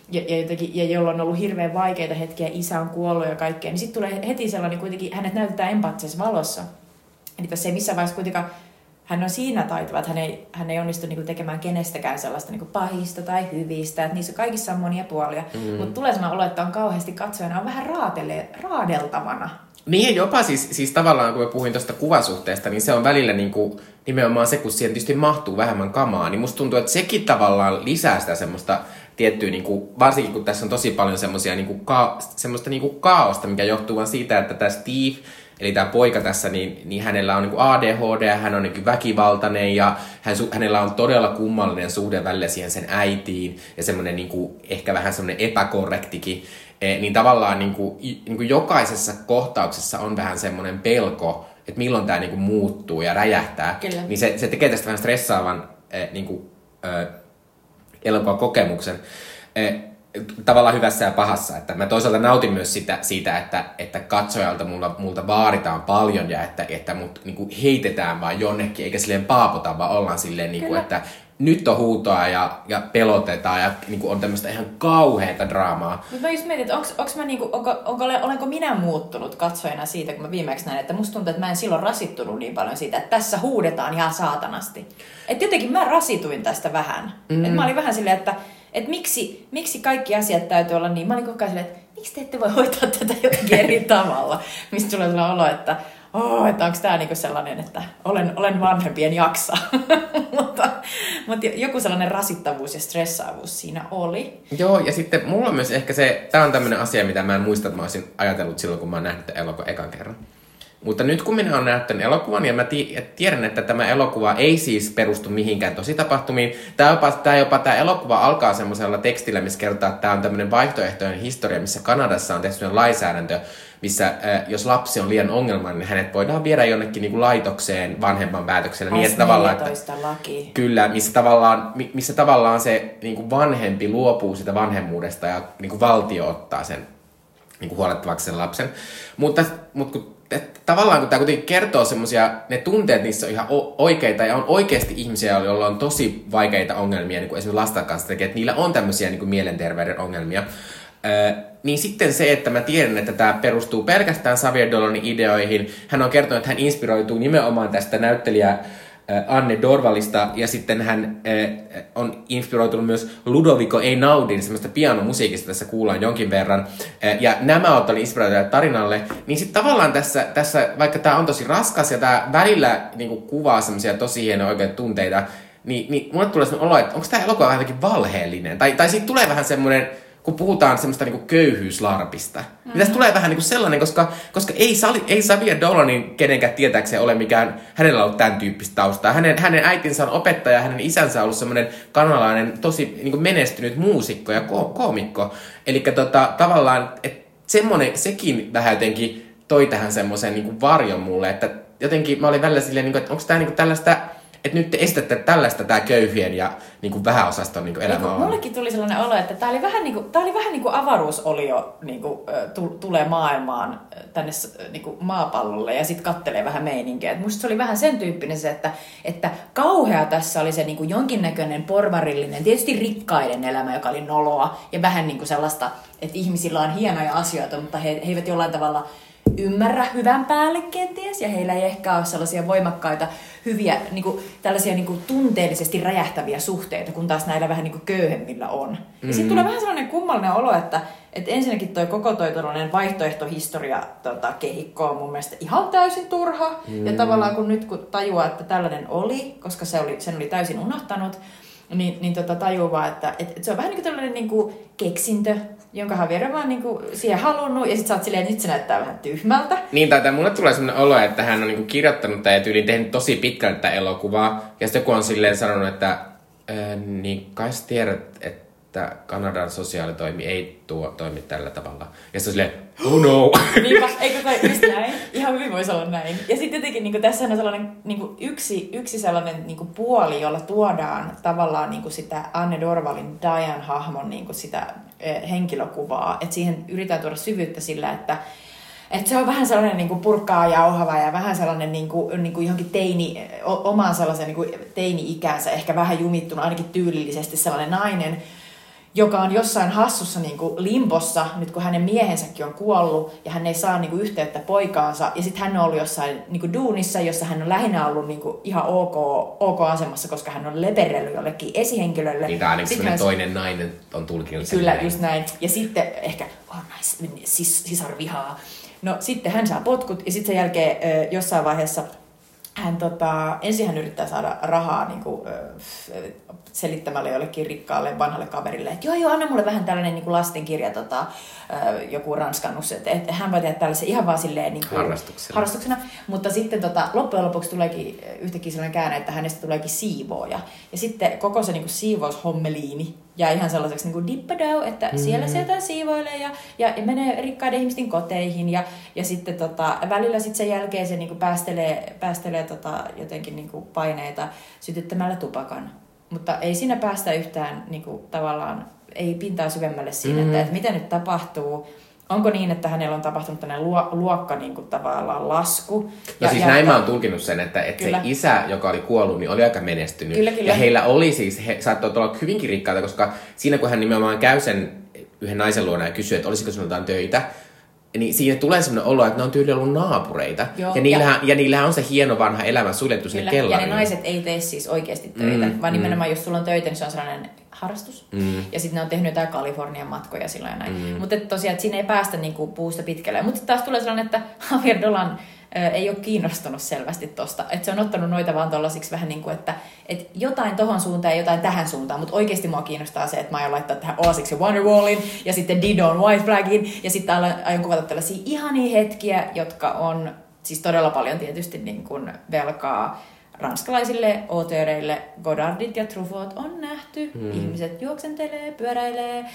ja jolla on ollut hirveän vaikeita hetkiä, isä on kuollut ja kaikkea, niin sitten tulee heti sellainen kuitenkin, hänet näytetään empaattisessa valossa. Eli tässä ei missään vaiheessa kuitenkaan, hän on siinä taitava, että hän ei onnistu niinku tekemään kenestäkään sellaista niinku pahista tai hyvistä, että niissä kaikissa on monia puolia. Mutta tulee sellainen olo, että on kauheasti katsojana, on vähän raadeltavana. Niin jopa siis tavallaan, kun mä puhuin tuosta kuvasuhteesta, niin se on välillä niinku, nimenomaan se, kun siihen tietysti mahtuu vähemmän kamaa, niin musta tuntuu, että sekin tavallaan lisää sitä semmoista tiettyä, niinku, varsinkin kun tässä on tosi paljon semmoisia semmoista niinku kaaosta, mikä johtuu vaan siitä, että tämä Steve, eli tämä poika tässä, niin hänellä on niinku ADHD, hän on niinku väkivaltainen ja hänellä on todella kummallinen suhde välillä siihen sen äitiin ja semmoinen niinku, ehkä vähän semmoinen epäkorrektikin. Niin tavallaan niinku jokaisessa kohtauksessa on vähän semmoinen pelko, että milloin tämä niinku muuttuu ja räjähtää. Kyllä. Niin se tekee tästä vähän stressaavan elokuvakokemuksen. Tavallaan hyvässä ja pahassa. Että mä toisaalta nautin myös siitä, että katsojalta multa vaaditaan paljon ja että mut niinku heitetään vaan jonnekin, eikä silleen paapota, vaan ollaan silleen, niinku, että nyt on huutoa ja pelotetaan ja niinku on tämmöistä ihan kauheata draamaa. Mutta mä just mietin, että olenko minä muuttunut katsojana siitä, kun mä viimeksi näin, että musta tuntuu, että mä en silloin rasittunut niin paljon siitä, että tässä huudetaan ihan saatanasti. Että jotenkin mä rasituin tästä vähän. Että mä olin vähän silleen, että miksi kaikki asiat täytyy olla niin. Mä olin koko ajan silleen, että miksi te ette voi hoitaa tätä jotenkin eri tavalla. Mistä tulee sellainen olo, että onko tämä niinku sellainen, että olen vanhempi, en jaksa. mutta joku sellainen rasittavuus ja stressaavuus siinä oli. Joo, ja sitten mulla on myös ehkä tämä on tämmöinen asia, mitä mä en muista, että mä olisin ajatellut silloin, kun mä oon nähnyt elokuvan ekan kerran. Mutta nyt kun minä olen nähnyt tämän elokuvan, ja mä tiedän, että tämä elokuva ei siis perustu mihinkään tositapahtumiin. Tämä elokuva alkaa semmoisella tekstillä, missä kerrotaan, että tämä on tämmöinen vaihtoehtoinen historia, missä Kanadassa on tehty sellainen lainsäädäntö, missä jos lapsi on liian ongelmallinen, niin hänet voidaan viedä jonnekin niin kuin laitokseen vanhemman päätöksellä. Niin, että tavallaan, laki. Kyllä, missä tavallaan se niin kuin vanhempi luopuu sitä vanhemmuudesta ja niin kuin valtio ottaa sen niin kuin huolettavaksi sen lapsen. Mutta tavallaan kun tämä kuitenkin kertoo semmoisia, ne tunteet niissä on ihan oikeita ja on oikeasti ihmisiä, joilla on tosi vaikeita ongelmia, niin kuin esimerkiksi lasten kanssa tekee, että niillä on tämmöisiä niin kuin mielenterveyden ongelmia. Niin sitten se, että mä tiedän, että tämä perustuu pelkästään Xavier Dolanin ideoihin. Hän on kertonut, että hän inspiroituu nimenomaan tästä näyttelijä Anne Dorvalista, ja sitten hän on inspiroitunut myös Ludovico Einaudin semmoista pianomusiikista, tässä kuullaan jonkin verran, ja nämä ovat inspiroituja tarinalle, niin sitten tavallaan tässä, vaikka tämä on tosi raskas ja tämä välillä niin kuvaa semmoisia tosi hienoja oikeita tunteita, niin mulle tulee semmoinen olo, että onko tämä elokuva vähän jotenkin valheellinen, tai siitä tulee vähän semmoinen, kun puhutaan semmoista niinku köyhyyslarpista. Mm-hmm. Tästä tulee vähän niinku sellainen, koska ei Xavier Dolanin kenenkään tietääkseen ole mikään, hänellä on ollut tämän tyyppistä taustaa. Hänen äitinsä on opettaja, hänen isänsä on ollut semmoinen kanalainen, tosi niinku menestynyt muusikko ja koomikko. Eli tavallaan, että sekin vähän jotenkin toi tähän semmoisen niinku varjon mulle, että jotenkin mä olin välillä silleen, niinku, että onko tämä niinku tällaista, että nyt te estätte tällaista tää köyhien ja niinku vähäosaston niinku elämä on. Mullekin tuli sellainen olo, että tää oli vähän niinku avaruusolio niinku, tulee maailmaan tänne niinku maapallolle ja sit kattelee vähän meininkiä. Et musta se oli vähän sen tyyppinen se, että kauhea tässä oli se niinku jonkinnäköinen porvarillinen, tietysti rikkaiden elämä, joka oli noloa ja vähän niinku sellaista, että ihmisillä on hienoja asioita, mutta he eivät jollain tavalla ymmärrä hyvän päälle kenties, ja heillä ei ehkä ole sellaisia voimakkaita, hyviä, niinku, tällaisia niinku, tunteellisesti räjähtäviä suhteita, kun taas näillä vähän niinku, köyhemmillä on. Mm-hmm. Ja sitten tulee vähän sellainen kummallinen olo, että ensinnäkin koko toi vaihtoehtohistoria kehikko on mun mielestä ihan täysin turha, ja tavallaan kun tajuaa, että tällainen oli, koska sen oli täysin unohtanut, niin tajuu vaan, että se on vähän niin kuin tällainen niin kuin keksintö, jonka Javier on vaan niin kuin siihen halunnut, ja sit sä oot silleen, nyt se näyttää vähän tyhmältä. Niin, tai mulle tulee sellainen olo, että hän on niin kuin kirjoittanut tai tyyliin tehnyt tosi pitkältä tätä elokuvaa, ja sitten joku on silleen sanonut, että niin kai sä tiedät, että Kanadan sosiaalitoimi ei toimi tällä tavalla. Ja se on silleen, oh no! Niinpä, eikö kai just näin? Ihan hyvin voisi olla näin. Ja sitten jotenkin niin tässä on sellainen niin yksi sellainen niin puoli, jolla tuodaan tavallaan niin sitä Anne Dorvalin Diane-hahmon niin sitä henkilökuvaa. Että siihen yritetään tuoda syvyyttä sillä, että se on vähän sellainen niin purkkaa jauhava ja vähän sellainen niin kuin johonkin omaan sellaisen niin teini-ikänsä, ehkä vähän jumittunut, ainakin tyylillisesti sellainen nainen, joka on jossain hassussa niin kuin limbossa, nyt kun hänen miehensäkin on kuollut, ja hän ei saa niin kuin yhteyttä poikaansa, ja sitten hän on ollut jossain niin kuin duunissa, jossa hän on lähinnä ollut niin kuin ihan ok asemassa, koska hän on leperellyt jollekin esihenkilölle. Niin, ainakin sellainen toinen nainen on tulkinut sen. Kyllä, just näin. Ja sitten ehkä sisarvihaa. No sitten hän saa potkut ja sitten sen jälkeen jossain vaiheessa ensin hän yrittää saada rahaa niin kuin, selittämällä jollekin rikkaalle vanhalle kaverille, että joo, anna mulle vähän tällainen niin kuin lastenkirja, joku ranskannus, että hän voi tehdä tällaisen ihan vaan silleen niin kuin harrastuksena. Mutta sitten loppujen lopuksi tuleekin yhtäkkiä sellainen käänne, että hänestä tuleekin siivooja. Ja sitten koko se niin kuin siivoushomeliini jää ihan sellaiseksi niin kuin dippadau, että siellä sieltä siivoilee ja menee rikkaiden ihmisten koteihin ja sitten välillä sitten sen jälkeen se niin kuin päästelee jotenkin niin kuin paineita sytyttämällä tupakan. Mutta ei siinä päästä yhtään niin kuin, tavallaan, ei pintaa syvemmälle siinä, että mitä nyt tapahtuu. Onko niin, että hänellä on tapahtunut tämmöinen luokka niin kuin, tavallaan lasku? No siis näin mä oon tulkinut sen, että se isä, joka oli kuollut, niin oli aika menestynyt. Kyllä. Ja heillä oli siis, he saattoi olla hyvinkin rikkaita, koska siinä kun hän nimenomaan käy sen yhden naisen luona ja kysyy, että olisiko sinulla jotain töitä, niin siinä tulee sellainen olo, että ne on tyyli ollut naapureita. Joo, ja niillähän on se hieno vanha elämä suljettu sinne kellariin. Ja ne naiset ei tee siis oikeasti töitä, vaan nimenomaan jos sulla on töitä, niin se on sellainen harrastus. Ja sitten ne on tehnyt jotain Kalifornian matkoja sillä ja näin. Mutta tosiaan, että siinä ei päästä niinku puusta pitkälle. Mutta sitten taas tulee sellainen, että Javier Dolan ei ole kiinnostunut selvästi tosta. Että se on ottanut noita vaan tollasiksi vähän niin kuin, että jotain tohon suuntaan ja jotain tähän suuntaan. Mutta oikeasti mua kiinnostaa se, että mä aion laittaa tähän Oasiksi Wonderwallin ja sitten Didon White Flagin. Ja sitten aion kuvata tällaisia ihania hetkiä, jotka on siis todella paljon tietysti niin kuin velkaa ranskalaisille auteureille. Godardit ja Truffaut on nähty. Ihmiset juoksentelee, pyöräilee,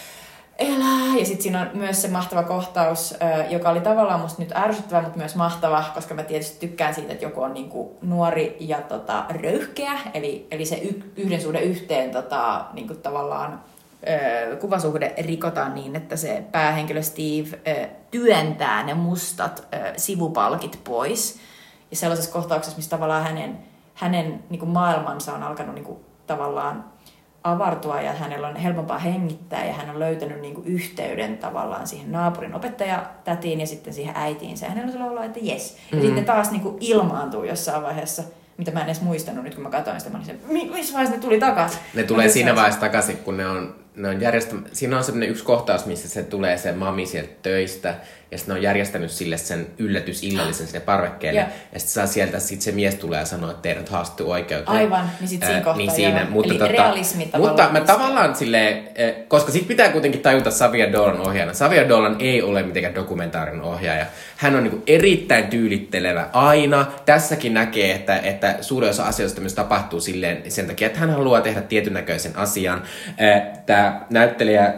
elää. Ja sitten siinä on myös se mahtava kohtaus, joka oli tavallaan musta nyt ärsyttävä, mutta myös mahtava, koska mä tietysti tykkään siitä, että joku on niinku nuori ja röyhkeä. Eli se yhden suhde yhteen niinku tavallaan kuvasuhde rikotaan niin, että se päähenkilö Steve työntää ne mustat sivupalkit pois. Ja sellaisessa kohtauksessa, missä tavallaan hänen niinku maailmansa on alkanut niinku tavallaan avartua ja hänellä on helpompaa hengittää ja hän on löytänyt niinku yhteyden tavallaan siihen naapurin opettajatätiin ja sitten siihen äitiinsä. Ja hänellä on sellainen olo, että jes. Ja sitten taas niinku ilmaantuu jossain vaiheessa, mitä mä en edes muistanut nyt, kun mä katsoin sitä. Mä olin se, missä vaiheessa ne tuli takaisin? Ne tulee siinä vaiheessa takaisin, kun ne on siinä on sellainen yksi kohtaus, missä se tulee se mami sieltä töistä ja sitten ne on järjestänyt sille sen yllätysillallisen sinne parvekkeelle. Ja sitten saa sieltä se mies tulee ja sanoo, että teidät haastettu oikeuteen. Aivan, niin sitten siinä kohtaa. Niin siinä, mutta, eli realismi tavallaan. Mutta mä tavallaan silleen, koska sitten pitää kuitenkin tajuta Xavier Dolan ohjaajana. Xavier Dolan ei ole mitenkään dokumentaarinen ohjaaja. Hän on niinku erittäin tyylittelevä aina. Tässäkin näkee, että suurin osa asioista myös tapahtuu silleen sen takia, että hän haluaa tehdä tietyn näköisen asian. Tämä näyttelijä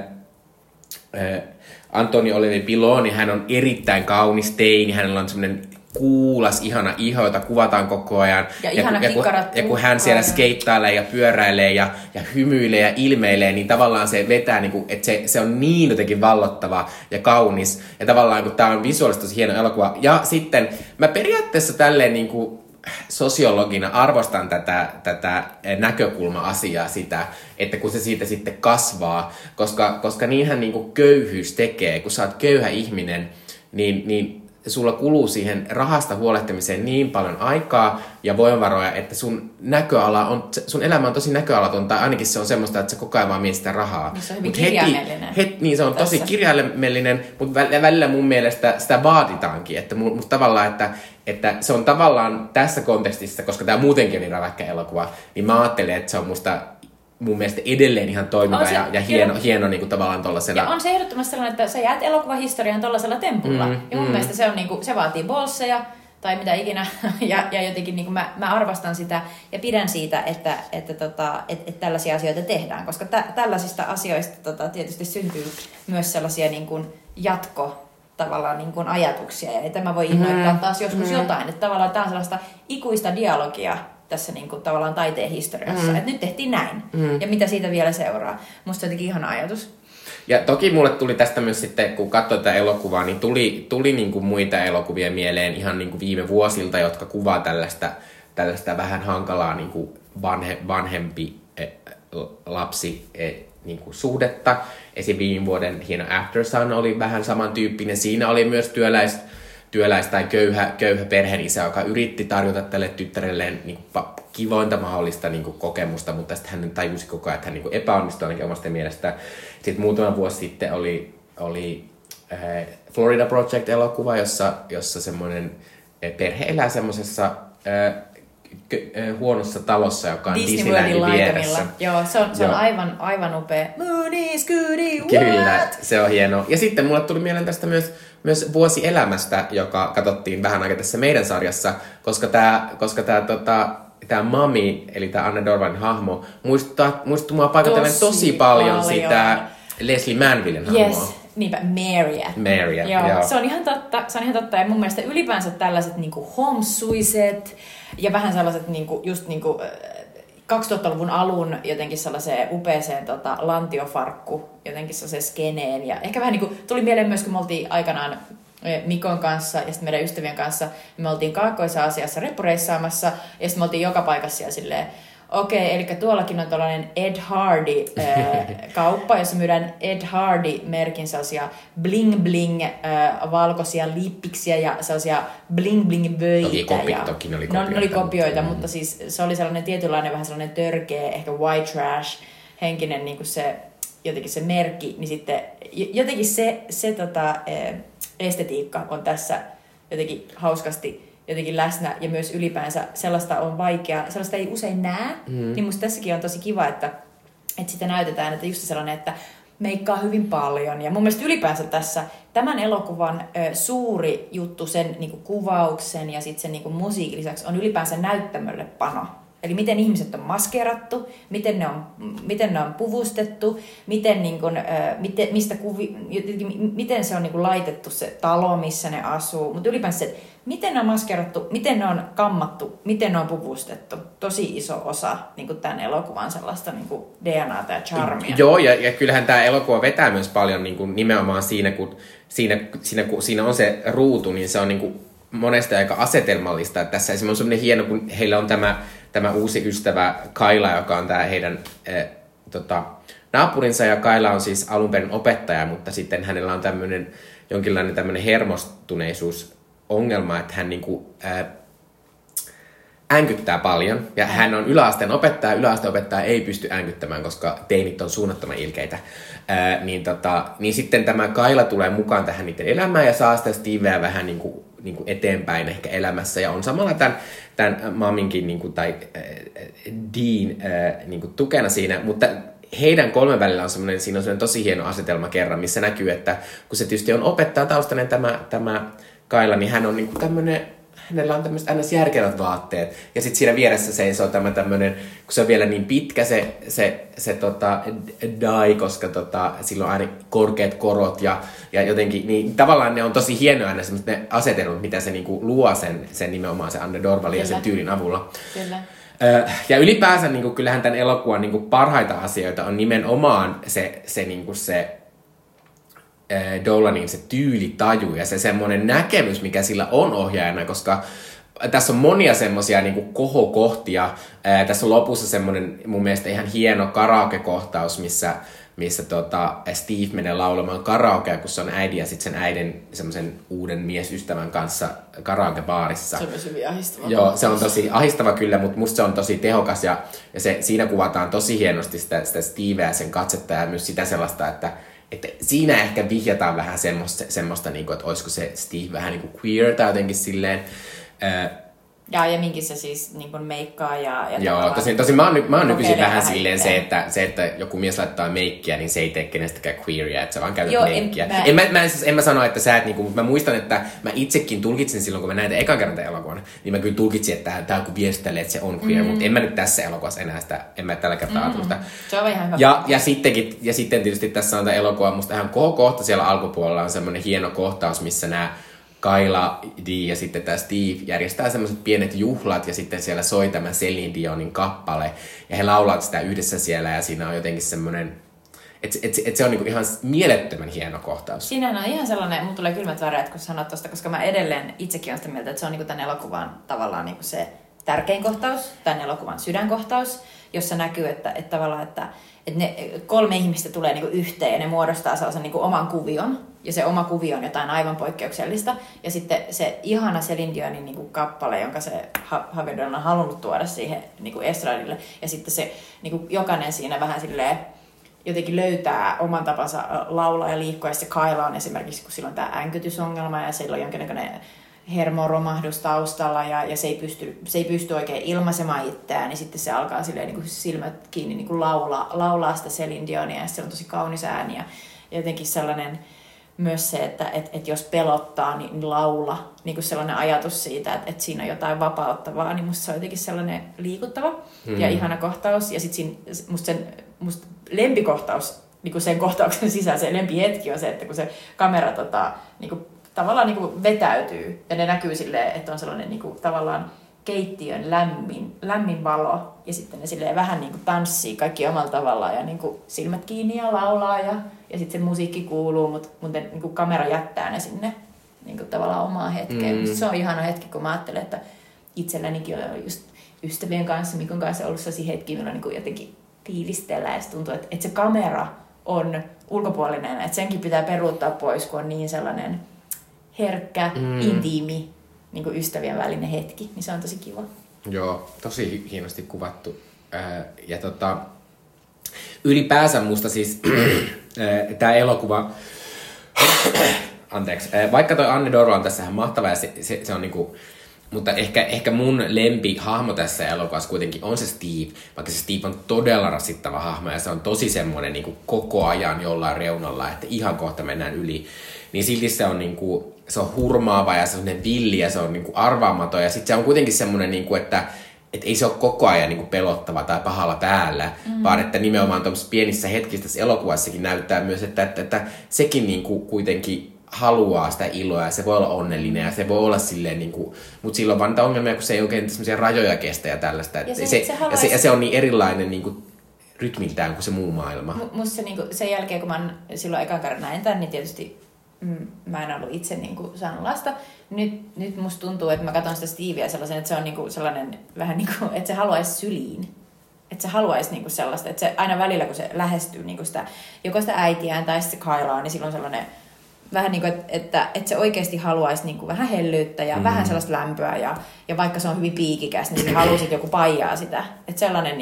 Antoni Olivier Piloni, hän on erittäin kaunis teini, hänellä on semmoinen kuulas, ihana iho, jota kuvataan koko ajan. Ja kun hän siellä skeittailee ja pyöräilee ja hymyilee ja ilmeilee, niin tavallaan se vetää, niin kuin, että se on niin jotenkin vallottava ja kaunis. Ja tavallaan kun tämä on visuaalisesti tosi hieno elokuva. Ja sitten mä periaatteessa tälleen niin kuin sosiologina arvostan tätä näkökulma-asiaa sitä, että kun se siitä sitten kasvaa, koska niinhän niin kuin köyhyys tekee, kun sä oot köyhä ihminen, niin sulla kuluu siihen rahasta huolehtimiseen niin paljon aikaa ja voimavaroja, että sun elämä on tosi näköalaton, tai ainakin se on semmoista, että sä koko ajan vaan mietit sitä rahaa. Niin se on hyvin kirjaimellinen. Niin se on tosi kirjaimellinen, mutta välillä mun mielestä sitä vaaditaankin, että musta tavallaan, että se on tavallaan tässä kontekstissa, koska tää muutenkin on niin räväkkä elokuva, niin mä ajattelen, että se on mun mielestä edelleen ihan toimiva ja hieno niin kuin tavallaan tollasella. Ja on se ehdottomasti sellainen, että sä jäät elokuvahistoriaan tollasella tempulla. Ja mun mielestä se on niinku, se vaatii bolsseja tai mitä ikinä. ja jotenkin niinku mä arvostan sitä ja pidän siitä, että tällaisia asioita tehdään. Koska tällaisista asioista tietysti syntyy myös sellaisia niinku tavallaan niin kuin ajatuksia. Ja tämä voi innoittaa taas joskus jotain. Että tavallaan tämä on sellaista ikuista dialogia tässä niin kuin tavallaan taiteen historiassa. Että nyt tehtiin näin. Ja mitä siitä vielä seuraa. Musta se on jotenkin ihana ajatus. Ja toki mulle tuli tästä myös sitten, kun katsoin tätä elokuvaa, niin tuli niin kuin muita elokuvia mieleen ihan niin kuin viime vuosilta, jotka kuvaa tällaista vähän hankalaa niin kuin vanhempi lapsi niin kuin suhdetta. Esim. Viime vuoden hieno Aftersun oli vähän samantyyppinen. Siinä oli myös työläis tai köyhä perheenisä, joka yritti tarjota tälle tyttärelleen niin kuin kivointa mahdollista niin kuin kokemusta, mutta sitten hän tajusi koko ajan, että hän niin kuin epäonnistui ainakin omasta mielestä. Sitten muutama vuosi sitten oli Florida Project-elokuva, jossa semmoinen perhe elää semmoisessa huonossa talossa, joka on Disneylandin vieressä. Joo, se on aivan upea. Moon is good, Kyllä, se on hieno. Ja sitten mulle tuli mieleen tästä myös Vuosi elämästä, joka katsottiin vähän aikaa tässä meidän sarjassa, koska tämä Mami, eli tämä Anna Dorvalin hahmo, muistuttaa mua paikatellen tosi paljon sitä Leslie Manvillen hahmoa. Yes. Niinpä, Marya. Joo. Se on ihan totta. Ja mun mielestä ylipäänsä tällaiset niinku homsuiset ja vähän sellaiset niinku, just niinku 2000-luvun alun jotenkin sellaiseen upeeseen lantiofarkku jotenkin sellaiseen skeneen. Ja ehkä vähän niinku tuli mieleen myös, kun me oltiin aikanaan Mikon kanssa ja sitten meidän ystävien kanssa, me oltiin Kaakkois-Aasiassa reppureissaamassa ja sitten me oltiin joka paikassa siellä silleen, okei, eli tuollakin on tällainen Ed Hardy-kauppa, jossa myydään Ed Hardy-merkin sellaisia bling-bling valkoisia lippiksiä ja sellaisia bling-bling-vöitä. Toki ne oli kopioita. Ne oli kopioita, mutta siis se oli sellainen tietynlainen vähän sellainen törkeä, ehkä white trash henkinen niin kuin se, jotenkin se merkki, niin sitten jotenkin se estetiikka on tässä jotenkin hauskasti jotenkin läsnä ja myös ylipäänsä sellaista on vaikea, sellaista ei usein näe, niin musta tässäkin on tosi kiva, että sitä näytetään, että just sellainen, että meikkaa hyvin paljon ja mun mielestä ylipäänsä tässä tämän elokuvan suuri juttu sen niinku kuvauksen ja sitten sen niinku musiikin lisäksi on ylipäänsä näyttämölle pano. Eli miten ihmiset on maskeerattu, miten ne on puvustettu, miten se on niinku laitettu se talo, missä ne asuu. Mutta ylipäänsä se, miten ne on maskeerattu, miten ne on kammattu, miten ne on puvustettu. Tosi iso osa niinku tämän elokuvan sellaista niinku DNAta ja charmia. Joo, ja kyllähän tämä elokuva vetää myös paljon niinku nimenomaan siinä, kun siinä on se ruutu, niin se on niinku monesti aika asetelmallista. Että tässä esimerkiksi on sellainen hieno, kun heillä on tämä uusi ystävä Kaila, joka on tämä heidän naapurinsa, ja Kaila on siis alun perin opettaja, mutta sitten hänellä on jonkinlainen tämmöinen hermostuneisuusongelma, että hän niinku, änkyttää paljon, ja hän on yläasteen opettaja ei pysty änkyttämään, koska teinit on suunnattoman ilkeitä. Niin sitten tämä Kaila tulee mukaan tähän niiden elämään ja saa sitä Steveä vähän niin kuin eteenpäin ehkä elämässä ja on samalla tämän Maminkin niin kuin, tai Dean niin kuin tukena siinä, mutta heidän kolmen välillä on siinä on semmoinen tosi hieno asetelma kerran, missä näkyy, että kun se tietysti on opettajataustainen tämä Kaila, niin hän on niin kuin tämmöinen, hänellä on tämmöiset ns. Järkevät vaatteet. Ja sitten siinä vieressä seisoo tämmöinen, kun se on vielä niin pitkä se dai, koska sillä on aina korkeat korot ja jotenkin, niin tavallaan ne on tosi hienoja ne asetelmat, mitä se niinku luo sen nimenomaan se Anna Dorvalin ja sen tyylin avulla. Kyllä. Ja ylipäänsä niinku, kyllähän tämän elokuvan niinku parhaita asioita on nimenomaan se Dolanin se tyylitaju ja se semmoinen näkemys, mikä sillä on ohjaajana, koska tässä on monia semmoisia niinku kohokohtia. Tässä on lopussa semmoinen mun mielestä ihan hieno karaoke-kohtaus, missä Steve menee laulamaan karaokea, kun se on äidin ja sitten sen äidin semmoisen uuden miesystävän kanssa karaokebaarissa. Se on myös hyvin ahistava. Joo, se on tosi ahistava kyllä, mutta musta se on tosi tehokas ja siinä kuvataan tosi hienosti sitä Steveä, sen katsetta ja myös sitä sellaista, että siinä ehkä vihjataan vähän semmoista niinku, että olisiko se Steve vähän niinku queer tai jotenkin silleen. Ja minkin se siis niin meikkaa ja joo, tosin mä oon nykyisin vähän silleen se, että joku mies laittaa meikkiä, niin se ei tee kenestäkään queeria, että sä vaan käytät meikkiä. En mä sano, että sä et niinku, mutta mä muistan, että mä itsekin tulkitsin silloin, kun mä näin ekan kerran tämän elokuvan, niin mä kyllä tulkitsin, että tää on viestitelle, että se on queer, mutta en mä nyt tässä elokuvassa enää sitä, en mä tällä kertaa ajatellut sitä. Se on ihan hyvä. Ja sitten tietysti tässä on tämä elokuva, musta ihan kohta siellä alkupuolella on semmoinen hieno kohtaus, missä nämä Kaila, Dee ja sitten tämä Steve järjestää semmoiset pienet juhlat ja sitten siellä soi tämä Celine Dionin kappale ja he laulavat sitä yhdessä siellä ja siinä on jotenkin semmoinen, että se on niinku ihan mielettömän hieno kohtaus. Siinähän on ihan sellainen, mun tulee kylmät väreet kun sanot tosta, koska mä edelleen itsekin olen sitä mieltä, että se on niinku tämän elokuvan tavallaan niinku se tärkein kohtaus, tämän elokuvan sydänkohtaus, jossa näkyy, että tavallaan, että ne kolme ihmistä tulee niinku yhteen ja ne muodostaa sellaisen niinku oman kuvion. Ja se oma kuvio on jotain aivan poikkeuksellista. Ja sitten se ihana Celine Dionin niinku kappale, jonka se Javier Dolan on halunnut tuoda siihen niinku estradille. Ja sitten se niinku jokainen siinä vähän silleen jotenkin löytää oman tapansa laulaa ja liikkua. Ja se Kyla on esimerkiksi, kun sillä on tämä änkytysongelma ja sillä on jonkinnäköinen hermoromahdus taustalla ja se ei pysty oikein ilmaisemaan itseään, niin sitten se alkaa silleen, niin kuin silmät kiinni niin kuin laulaa sitä Céline Dionia ja se on tosi kaunis ääni ja jotenkin sellainen myös se, että jos pelottaa, niin laula, niin kuin sellainen ajatus siitä, että siinä on jotain vapauttavaa, niin musta se on jotenkin sellainen liikuttava ja ihana kohtaus. Ja sitten musta lempikohtaus, niin kuin sen kohtauksen sisään, se lempihetki on se, että kun se kamera niin kuin, tavallaan niin kuin vetäytyy ja ne näkyy silleen, että on sellainen niin kuin, tavallaan keittiön lämmin valo ja sitten ne silleen vähän niin kuin tanssii kaikki omalla tavallaan ja niin kuin silmät kiinni ja laulaa ja sitten se musiikki kuuluu, mutta niin kuin kamera jättää ne sinne niin kuin tavallaan omaan hetkeen. Se on ihana hetki, kun mä ajattelen, että itsellänikin on just ystävien kanssa, Mikon kanssa ollut sellaisia hetkiä, millä niin kuin jotenkin fiilistellään ja se tuntuu, että se kamera on ulkopuolinen, että senkin pitää peruuttaa pois, kun on niin sellainen herkkä, intiimi, niin kuin ystävien välinen hetki, niin se on tosi kiva. Joo, tosi hienosti kuvattu. Ja ylipäänsä musta siis tämä elokuva, anteeksi, vaikka toi Anne Dorval on tässä ihan mahtava ja se on niinku, mutta ehkä mun lempihahmo tässä elokuvassa kuitenkin on se Steve, vaikka se Steve on todella rasittava hahmo ja se on tosi semmoinen niinku koko ajan jollain reunalla, että ihan kohta mennään yli, niin silti se on niinku, se on hurmaava ja se on villi ja se on niinku arvaamaton ja sitten se on kuitenkin semmoinen, niinku, että ei se ole koko ajan niinku pelottava tai pahalla päällä, vaan että nimenomaan tuollaisissa pienissä hetkissä tässä elokuvassakin näyttää myös, että sekin niinku kuitenkin haluaa sitä iloa ja se voi olla onnellinen ja se voi olla silleen, niinku, mutta silloin vaan niitä ongelmia, kun se ei oikein semmoisia rajoja kestä ja tällaista. Ja se on niin erilainen niinku, rytmiltään kuin se muu maailma. Musta niinku, sen jälkeen, kun mä silloin ekan kerran näin tämän, niin tietysti mä en ollut itse niinku saanut lasta. Nyt musta tuntuu, että mä katson sitä Stevieä sellaisen, että se on niinku sellainen vähän niin kuin, että se haluaisi syliin. Että se haluaisi niinku sellaista, että se aina välillä, kun se lähestyy niinku sitä, joko sitä äitiään tai sitten se Kylaa, niin silloin sellainen vähän niin kuin, että se oikeasti haluaisi niinku vähän hellyyttä ja vähän sellaista lämpöä ja vaikka se on hyvin piikikäs, niin se haluaa sitten joku paijaa sitä. Että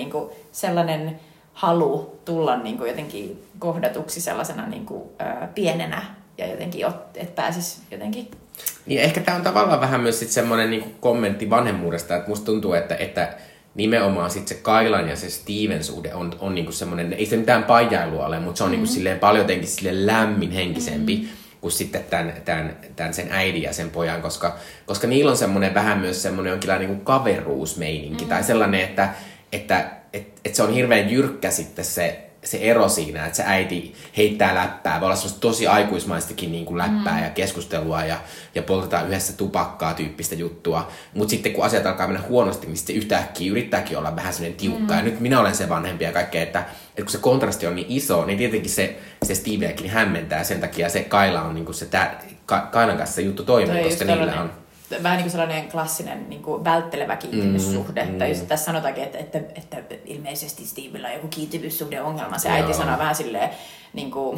sellainen halu tulla niinku jotenkin kohdatuksi sellaisena niinku, pienenä ja jotenkin, että pääsisi jotenkin. Niin ehkä tämä on tavallaan vähän myös sit semmoinen niinku kommentti vanhemmuudesta, että musta tuntuu, että nimenomaan sit se Kylan ja se Steven suhde on niinku semmoinen, ei se mitään paijailua ole, mutta se on niinku silleen paljon jotenkin silleen lämmin henkisempi kuin sitten tämän sen äidin ja sen pojan, koska niillä on semmoinen vähän myös semmoinen jonkinlainen niinku kaveruusmeininki tai sellainen, että se on hirveän jyrkkä sitten se ero siinä, että se äiti heittää läppää, voi olla semmoista tosi aikuismaistakin niin kuin läppää ja keskustelua ja poltetaan yhdessä tupakkaa tyyppistä juttua, mutta sitten kun asiat alkaa mennä huonosti, niin sitten yhtäkkiä yrittääkin olla vähän semmoinen tiukka ja nyt minä olen se vanhempi ja kaikkea, että kun se kontrasti on niin iso, niin tietenkin se Steveäkin hämmentää sen takia se Kyla on niin kuin se Kylan kanssa se juttu toimii, koska niillä on vähän niin kuin sellainen klassinen niin kuin välttelevä kiintymyssuhde. Tai jos tässä sanotaankin, että ilmeisesti Stevellä on joku kiintymyssuhdeongelma. Se äiti sanoo vähän silleen niin kuin,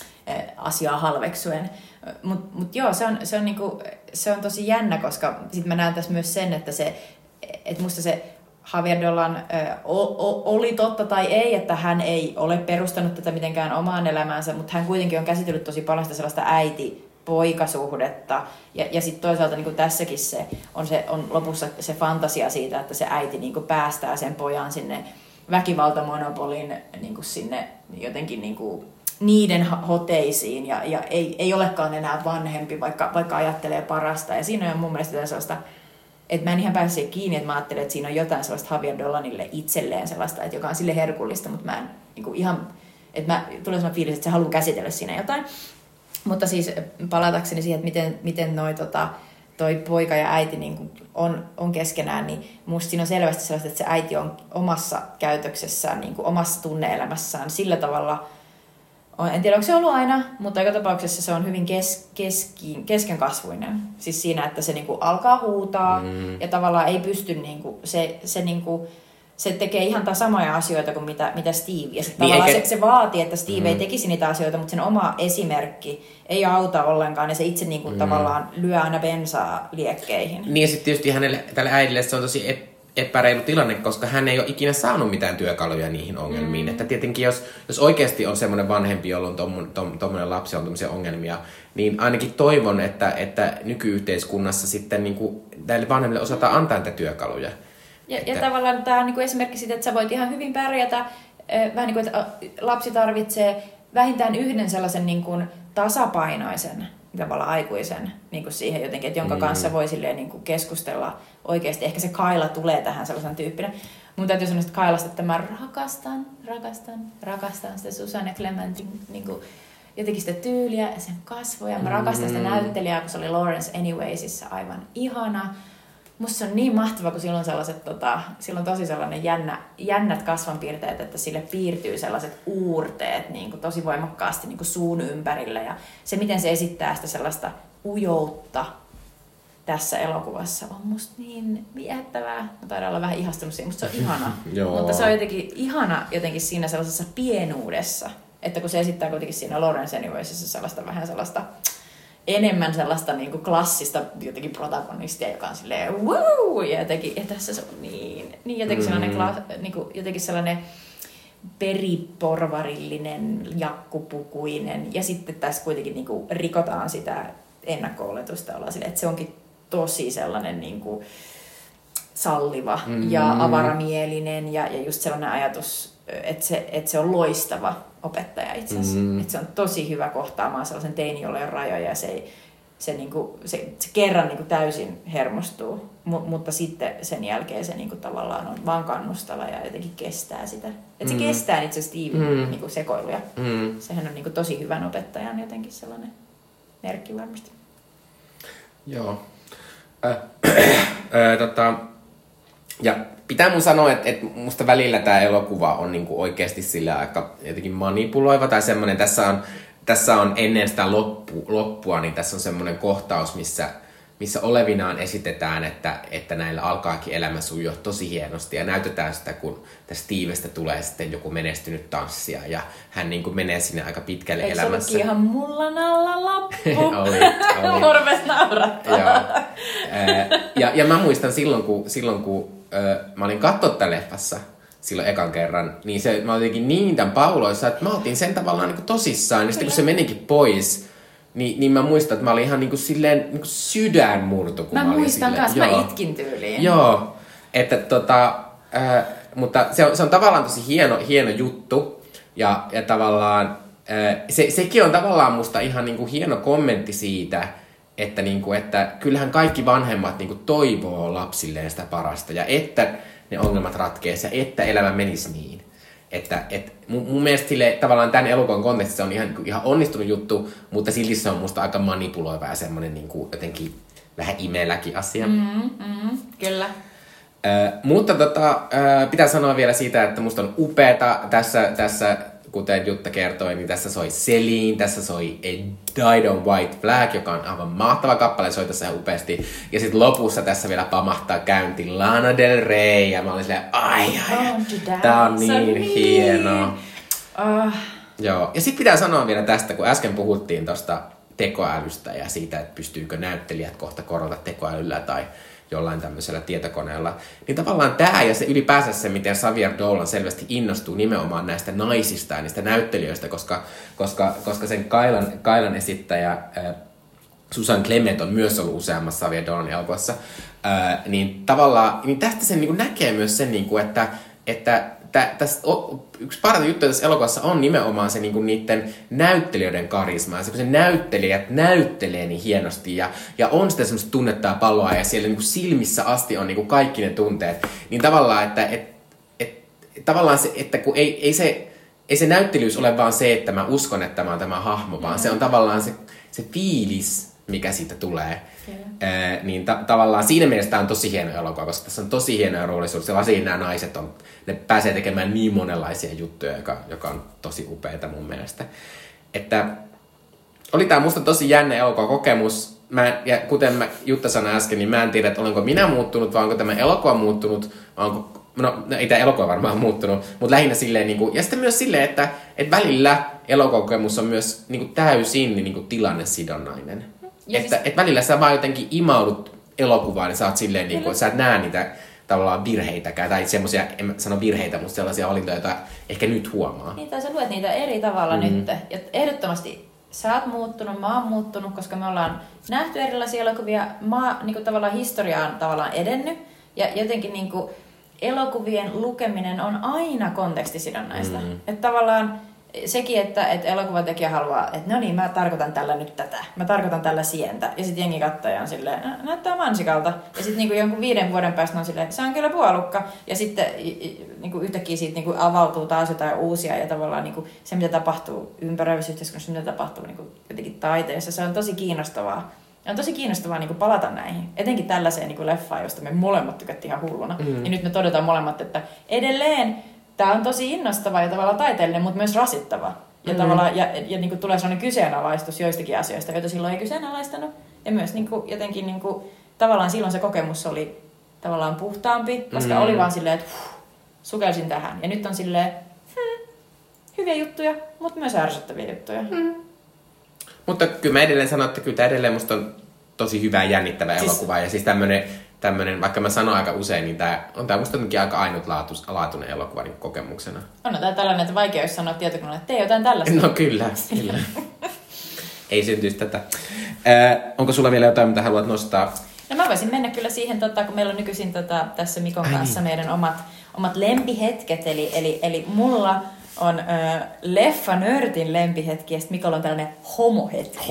asiaa halveksuen. Mut joo, se on tosi jännä, koska sit mä näen tässä myös sen, että musta se Javier Dolan oli totta tai ei, että hän ei ole perustanut tätä mitenkään omaan elämäänsä, mutta hän kuitenkin on käsitellyt tosi paljon sitä sellaista poikasuhdetta. Ja sitten toisaalta niin kuin tässäkin on lopussa se fantasia siitä, että se äiti niin kuin päästää sen pojan sinne väkivaltamonopolin niin kuin sinne jotenkin niin kuin niiden hoteisiin ja ei olekaan enää vanhempi, vaikka ajattelee parasta. Ja siinä on mun mielestä sellaista, että mä en ihan pääse siihen kiinni, että mä ajattelen, että siinä on jotain sellaista Javier Dolanille itselleen sellaista, että joka on sille herkullista, mutta mä en niin kuin ihan, että tulee sellainen fiilis, että se haluaa käsitellä siinä jotain. Mutta siis palatakseni siihen, että miten toi poika ja äiti niin kuin on keskenään, niin musta siinä on selvästi sellaista, että se äiti on omassa käytöksessään, niin kuin omassa tunne-elämässään sillä tavalla, en tiedä onko se ollut aina, mutta joka tapauksessa se on hyvin keskenkasvuinen. Siis siinä, että se niin kuin alkaa huutaa ja tavallaan ei pysty, niin kuin, se tekee ihan samoja asioita kuin mitä Steve. Ja sit niin se vaatii, että Steve ei tekisi niitä asioita, mutta sen oma esimerkki ei auta ollenkaan. Ja se itse niin kuin tavallaan lyö aina bensaa liekkeihin. Niin ja sitten tietysti tälle äidille se on tosi epäreilu tilanne, koska hän ei ole ikinä saanut mitään työkaluja niihin ongelmiin. Että tietenkin jos oikeasti on semmoinen vanhempi, jolla on tommoinen lapsi, on tommoisia ongelmia, niin ainakin toivon, että nykyyhteiskunnassa sitten niin kuin näille vanhemmille osataan antaa niitä työkaluja. Ja tavallaan tämä on niin kuin esimerkki siitä, että sä voit ihan hyvin pärjätä, vähän niin kuin, että lapsi tarvitsee vähintään yhden sellaisen niin kuin tasapainoisen tavallaan aikuisen niin kuin siihen jotenkin, että jonka kanssa voi silleen, niin kuin keskustella oikeasti. Ehkä se Kaila tulee tähän sellaisen tyyppinen. Mun täytyy sanoa että Kailasta, että mä rakastan sitä Susanne Clementin niin kuin, jotenkin sitä tyyliä ja sen kasvoja. Mä rakastan sitä näyttelijää, kun se oli Lawrence Anywaysissa aivan ihana. Musta se on niin mahtava, kun sillä on sellaiset, sillä on tosi sellainen jännät kasvanpiirteet, että sille piirtyy sellaiset uurteet niin kuin tosi voimakkaasti niin kuin suun ympärillä. Ja se, miten se esittää sitä sellaista ujoutta tässä elokuvassa, on musta niin viehättävää. Mä taidan olla vähän ihastunut siihen, musta se on ihana. Mutta se on jotenkin ihana jotenkin siinä sellaisessa pienuudessa, että kun se esittää kuitenkin siinä Lawrence Anywaysissa sellaista vähän sellaista enemmän sellaista niinku klassista jotenkin protagonistia, joka on silleen woo! Ja tässä se on niin jotenkin sellainen niinku jotenkin sellainen periporvarillinen, jakkupukuinen. Ja sitten tässä kuitenkin niinku rikotaan sitä ennakko-oletusta, ollaan silleen, että se onkin tosi sellainen niinku salliva ja avaramielinen ja just sellainen ajatus, että se on loistava opettaja itse asiassa. Että se on tosi hyvä kohtaamaan sellaisen teini, jolla ei ole rajoja ja se kerran niinku täysin hermostuu, mutta sitten sen jälkeen se niinku tavallaan on vaan kannustava ja jotenkin kestää sitä. Että se kestää itse asiassa Steven niinku sekoiluja. Sehän on niinku tosi hyvän opettajan jotenkin sellainen merkki varmasti. Joo. Ja pitää mun sanoa, että musta välillä tää elokuva on niinku oikeasti sillä aika jotenkin manipuloiva tai semmoinen, tässä on ennen sitä loppua, niin tässä on semmoinen kohtaus, missä olevinaan esitetään, että näillä alkaakin elämä sujua tosi hienosti ja näytetään sitä, kun tästä Stevestä tulee sitten joku menestynyt tanssija ja hän niin kuin menee sinne aika pitkälle elämässä. Eikö se ihan mullan alla lappu? oli. Mä rupes naurattaa. Ja mä muistan silloin kun mä olin katsottu tämän leffassa silloin ekan kerran, niin mä olin jotenkin niin tämän pauloissa, että mä otin sen tavallaan niin kuin tosissaan. Ja sitten kun se menikin pois, niin mä muistan, että mä olin ihan niin kuin silleen niin kuin sydänmurtu. Mä muistan kanssa, mä itkin tyyliin. Joo, että mutta se on tavallaan tosi hieno juttu. Ja tavallaan sekin on tavallaan musta ihan niin kuin hieno kommentti siitä, että kyllähän kaikki vanhemmat niin kuin toivoo lapsilleen sitä parasta ja että ne ongelmat ratkeisi ja että elämä menisi niin. Että mun mielestä sille, tavallaan tämän elokuvan kontekstissa on ihan onnistunut juttu, mutta silti se on musta aika manipuloiva ja semmoinen niin kuin jotenkin vähän imeelläkin asia. Kyllä. Mutta pitää sanoa vielä siitä, että musta on upeata tässä kuten Jutta kertoi, niin tässä soi Celine, tässä soi Died on White Flag, joka on aivan mahtava kappale, soi tässä ihan upeasti. Ja sitten lopussa tässä vielä pamahtaa käynti Lana Del Rey, ja mä olin silleen, tää on niin hieno. Joo. Ja sitten pitää sanoa vielä tästä, kun äsken puhuttiin tosta tekoälystä ja siitä, että pystyykö näyttelijät kohta korvata tekoälyllä tai jollain tämmöisellä tietokoneella. Niin tavallaan tämä ja se ylipäänsä se, miten Xavier Dolan selvästi innostuu nimenomaan näistä naisista ja niistä näyttelijöistä, koska sen Kailan esittäjä Susan Clement on myös ollut useammassa Xavier Dolanin elokuvassa. Niin tavallaan, niin tästä sen niin näkee myös sen, että yksi parhaita juttuja tässä elokuvassa on nimenomaan se niiden näyttelijöiden karisma. Se, kun se näyttelijät näyttelee niin hienosti ja on sitä semmoista tunnettaa palloa ja siellä silmissä asti on kaikki ne tunteet. Niin tavallaan, tavallaan se, että kun ei se näyttelyys ole vaan se, että mä uskon, että mä oon tämä hahmo, vaan se on tavallaan se fiilis, mikä siitä tulee. Niin tavallaan siinä mielessä tämä on tosi hieno elokuva, koska tässä on tosi hienoja roolisuuksia. Siinä nämä naiset ne pääsee tekemään niin monenlaisia juttuja, joka on tosi upeata mun mielestä. Että oli tämä musta tosi jännä elokuvakokemus. Ja kuten Jutta sanoi äsken, niin mä en tiedä, että olenko minä muuttunut, vai onko tämä elokuva muuttunut, vai onko ei tämä elokuva varmaan muuttunut, mutta lähinnä silleen, ja sitten myös silleen, että välillä elokuvakokemus on myös täysin tilannesidonnainen. Että välillä sä vaan jotenkin imaudut elokuvaan, niin sä oot silleen, että sä et näe niitä tavallaan virheitäkään, tai semmoisia, en mä sano virheitä, mutta sellaisia valintoja, joita ehkä nyt huomaa. Niin, tai sä luet niitä eri tavalla nyt. Ja ehdottomasti sä oot muuttunut, mä oon muuttunut, koska me ollaan nähty erilaisia elokuvia. Mä oon niin kuin tavallaan historiaan tavallaan edennyt. Ja jotenkin niin kuin elokuvien lukeminen on aina kontekstisidonnaista. Että tavallaan sekin, että elokuvatekijä haluaa, että no niin, mä tarkoitan tällä nyt tätä. Mä tarkoitan tällä sientä. Ja sitten jengi katsoja on silleen, näyttää mansikalta. Ja sitten niinku jonkun 5 vuoden päästä on silleen, se on kyllä puolukka. Ja sitten niinku yhtäkkiä siitä niinku avautuu taas jotain uusia. Ja tavallaan niinku se, mitä tapahtuu ympäröivässä yhteiskunnassa, mitä tapahtuu niinku jotenkin taiteessa, se on tosi kiinnostavaa. Ja on tosi kiinnostavaa niinku palata näihin. Etenkin tällaiseen niinku leffaan, josta me molemmat tykättiin ihan hulluna. Ja nyt me todetaan molemmat, että edelleen tämä on tosi innostava ja tavallaan taiteellinen, mutta myös rasittava. Ja tavallaan ja niinku tulee sellainen kyseenalaistus joistakin asioista, joita silloin ei kyseenalaistanut. Ja myös niinku, jotenkin niinku, tavallaan silloin se kokemus oli tavallaan puhtaampi, koska oli vaan silleen, että sukelsin tähän. Ja nyt on silleen, hyviä juttuja, mutta myös ärsyttäviä juttuja. Mutta kyllä mä edelleen sanon, että kyllä tämä edelleen musta on tosi hyvä ja jännittävä elokuva. Ja siis tämmönen, vaikka mä sanon aika usein, niin tää on musta aika ainutlaatuinen elokuva niin kokemuksena. On tää tällainen, että vaikea olisi sanoa tietokoneelle, että tee jotain tällaista. No kyllä. Ei syntyisi tätä. Onko sulla vielä jotain, mitä haluat nostaa? No mä voisin mennä kyllä siihen, kun meillä on nykyisin tässä Mikon kanssa meidän omat lempihetket. Eli mulla on leffanörtin lempihetki ja sitten Mikolla on tällainen homohetki.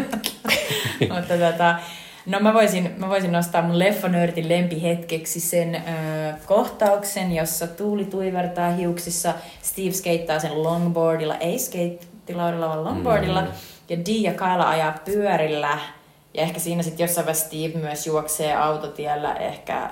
Mutta no mä voisin nostaa mun leffanörtin lempihetkeksi sen kohtauksen, jossa tuuli tuivertaa hiuksissa, Steve skeittaa sen longboardilla, ei skeittilaudilla vaan longboardilla, ja Dee ja Kyla ajaa pyörillä, ja ehkä siinä sitten jossain vaiheessa Steve myös juoksee autotiellä ehkä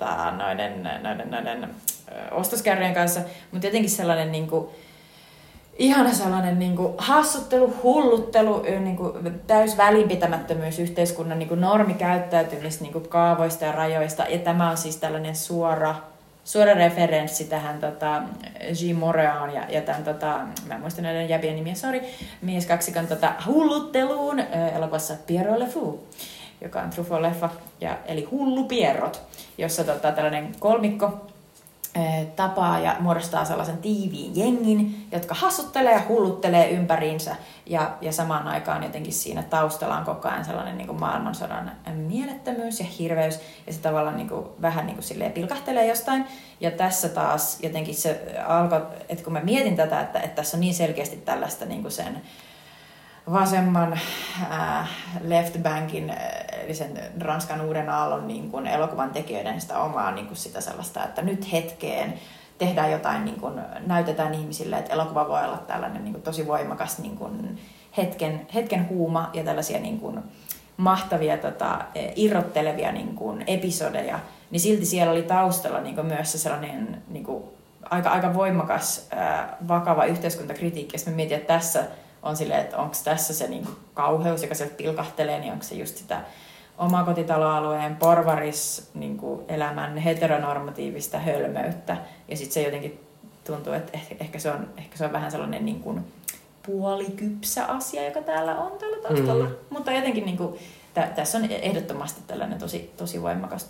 noiden ostoskärryjen kanssa, mutta jotenkin sellainen niinku ihana sellainen niinku hassuttelu, hulluttelu, niinku täys välinpitämättömyys yhteiskunnan niinku normikäyttäytymistä niinku kaavoista ja rajoista. Ja tämä on siis tällainen suora referenssi tähän Jim Moreaan ja tämän, mä en muista näiden jäbien nimiä, mieskaksikon hullutteluun elokuvassa Pierrot le Fou, joka on Truffaut-leffa, eli Hullu Pierrot, jossa tällainen kolmikko tapaa ja muodostaa sellaisen tiiviin jengin, jotka hassuttelee ja hulluttelee ympäriinsä. Ja samaan aikaan jotenkin siinä taustalla on koko ajan sellainen niin kuin maailmansodan mielettömyys ja hirveys. Ja se tavallaan niin kuin, vähän niin kuin silleen pilkahtelee jostain. Ja tässä taas jotenkin se alkoi, että kun mä mietin tätä, että tässä on niin selkeästi tällaista niin kuin sen vasemman left bankin, eli sen Ranskan uuden aallon niin kuin elokuvan tekijöiden sitä omaa niin kuin sitä sellaista, että nyt hetkeen tehdään jotain, niin kuin, näytetään ihmisille, että elokuva voi olla tällainen niin kuin tosi voimakas niin kuin hetken huuma ja tällaisia niin kuin mahtavia irrottelevia niin kuin episodeja, niin silti siellä oli taustalla niin kuin myös se sellainen niin kuin aika voimakas vakava yhteiskuntakritiikki, ja mä mietin, että tässä on silleen, että onko tässä se niinku kauheus, joka sieltä pilkahtelee, niin onko se just sitä omakotitaloalueen porvaris elämän heteronormatiivista hölmöyttä. Ja sitten se jotenkin tuntuu, että ehkä se on vähän sellainen niinku puolikypsä asia, joka täällä on tällä taustalla. Mutta jotenkin niinku, tässä on ehdottomasti tällainen tosi voimakas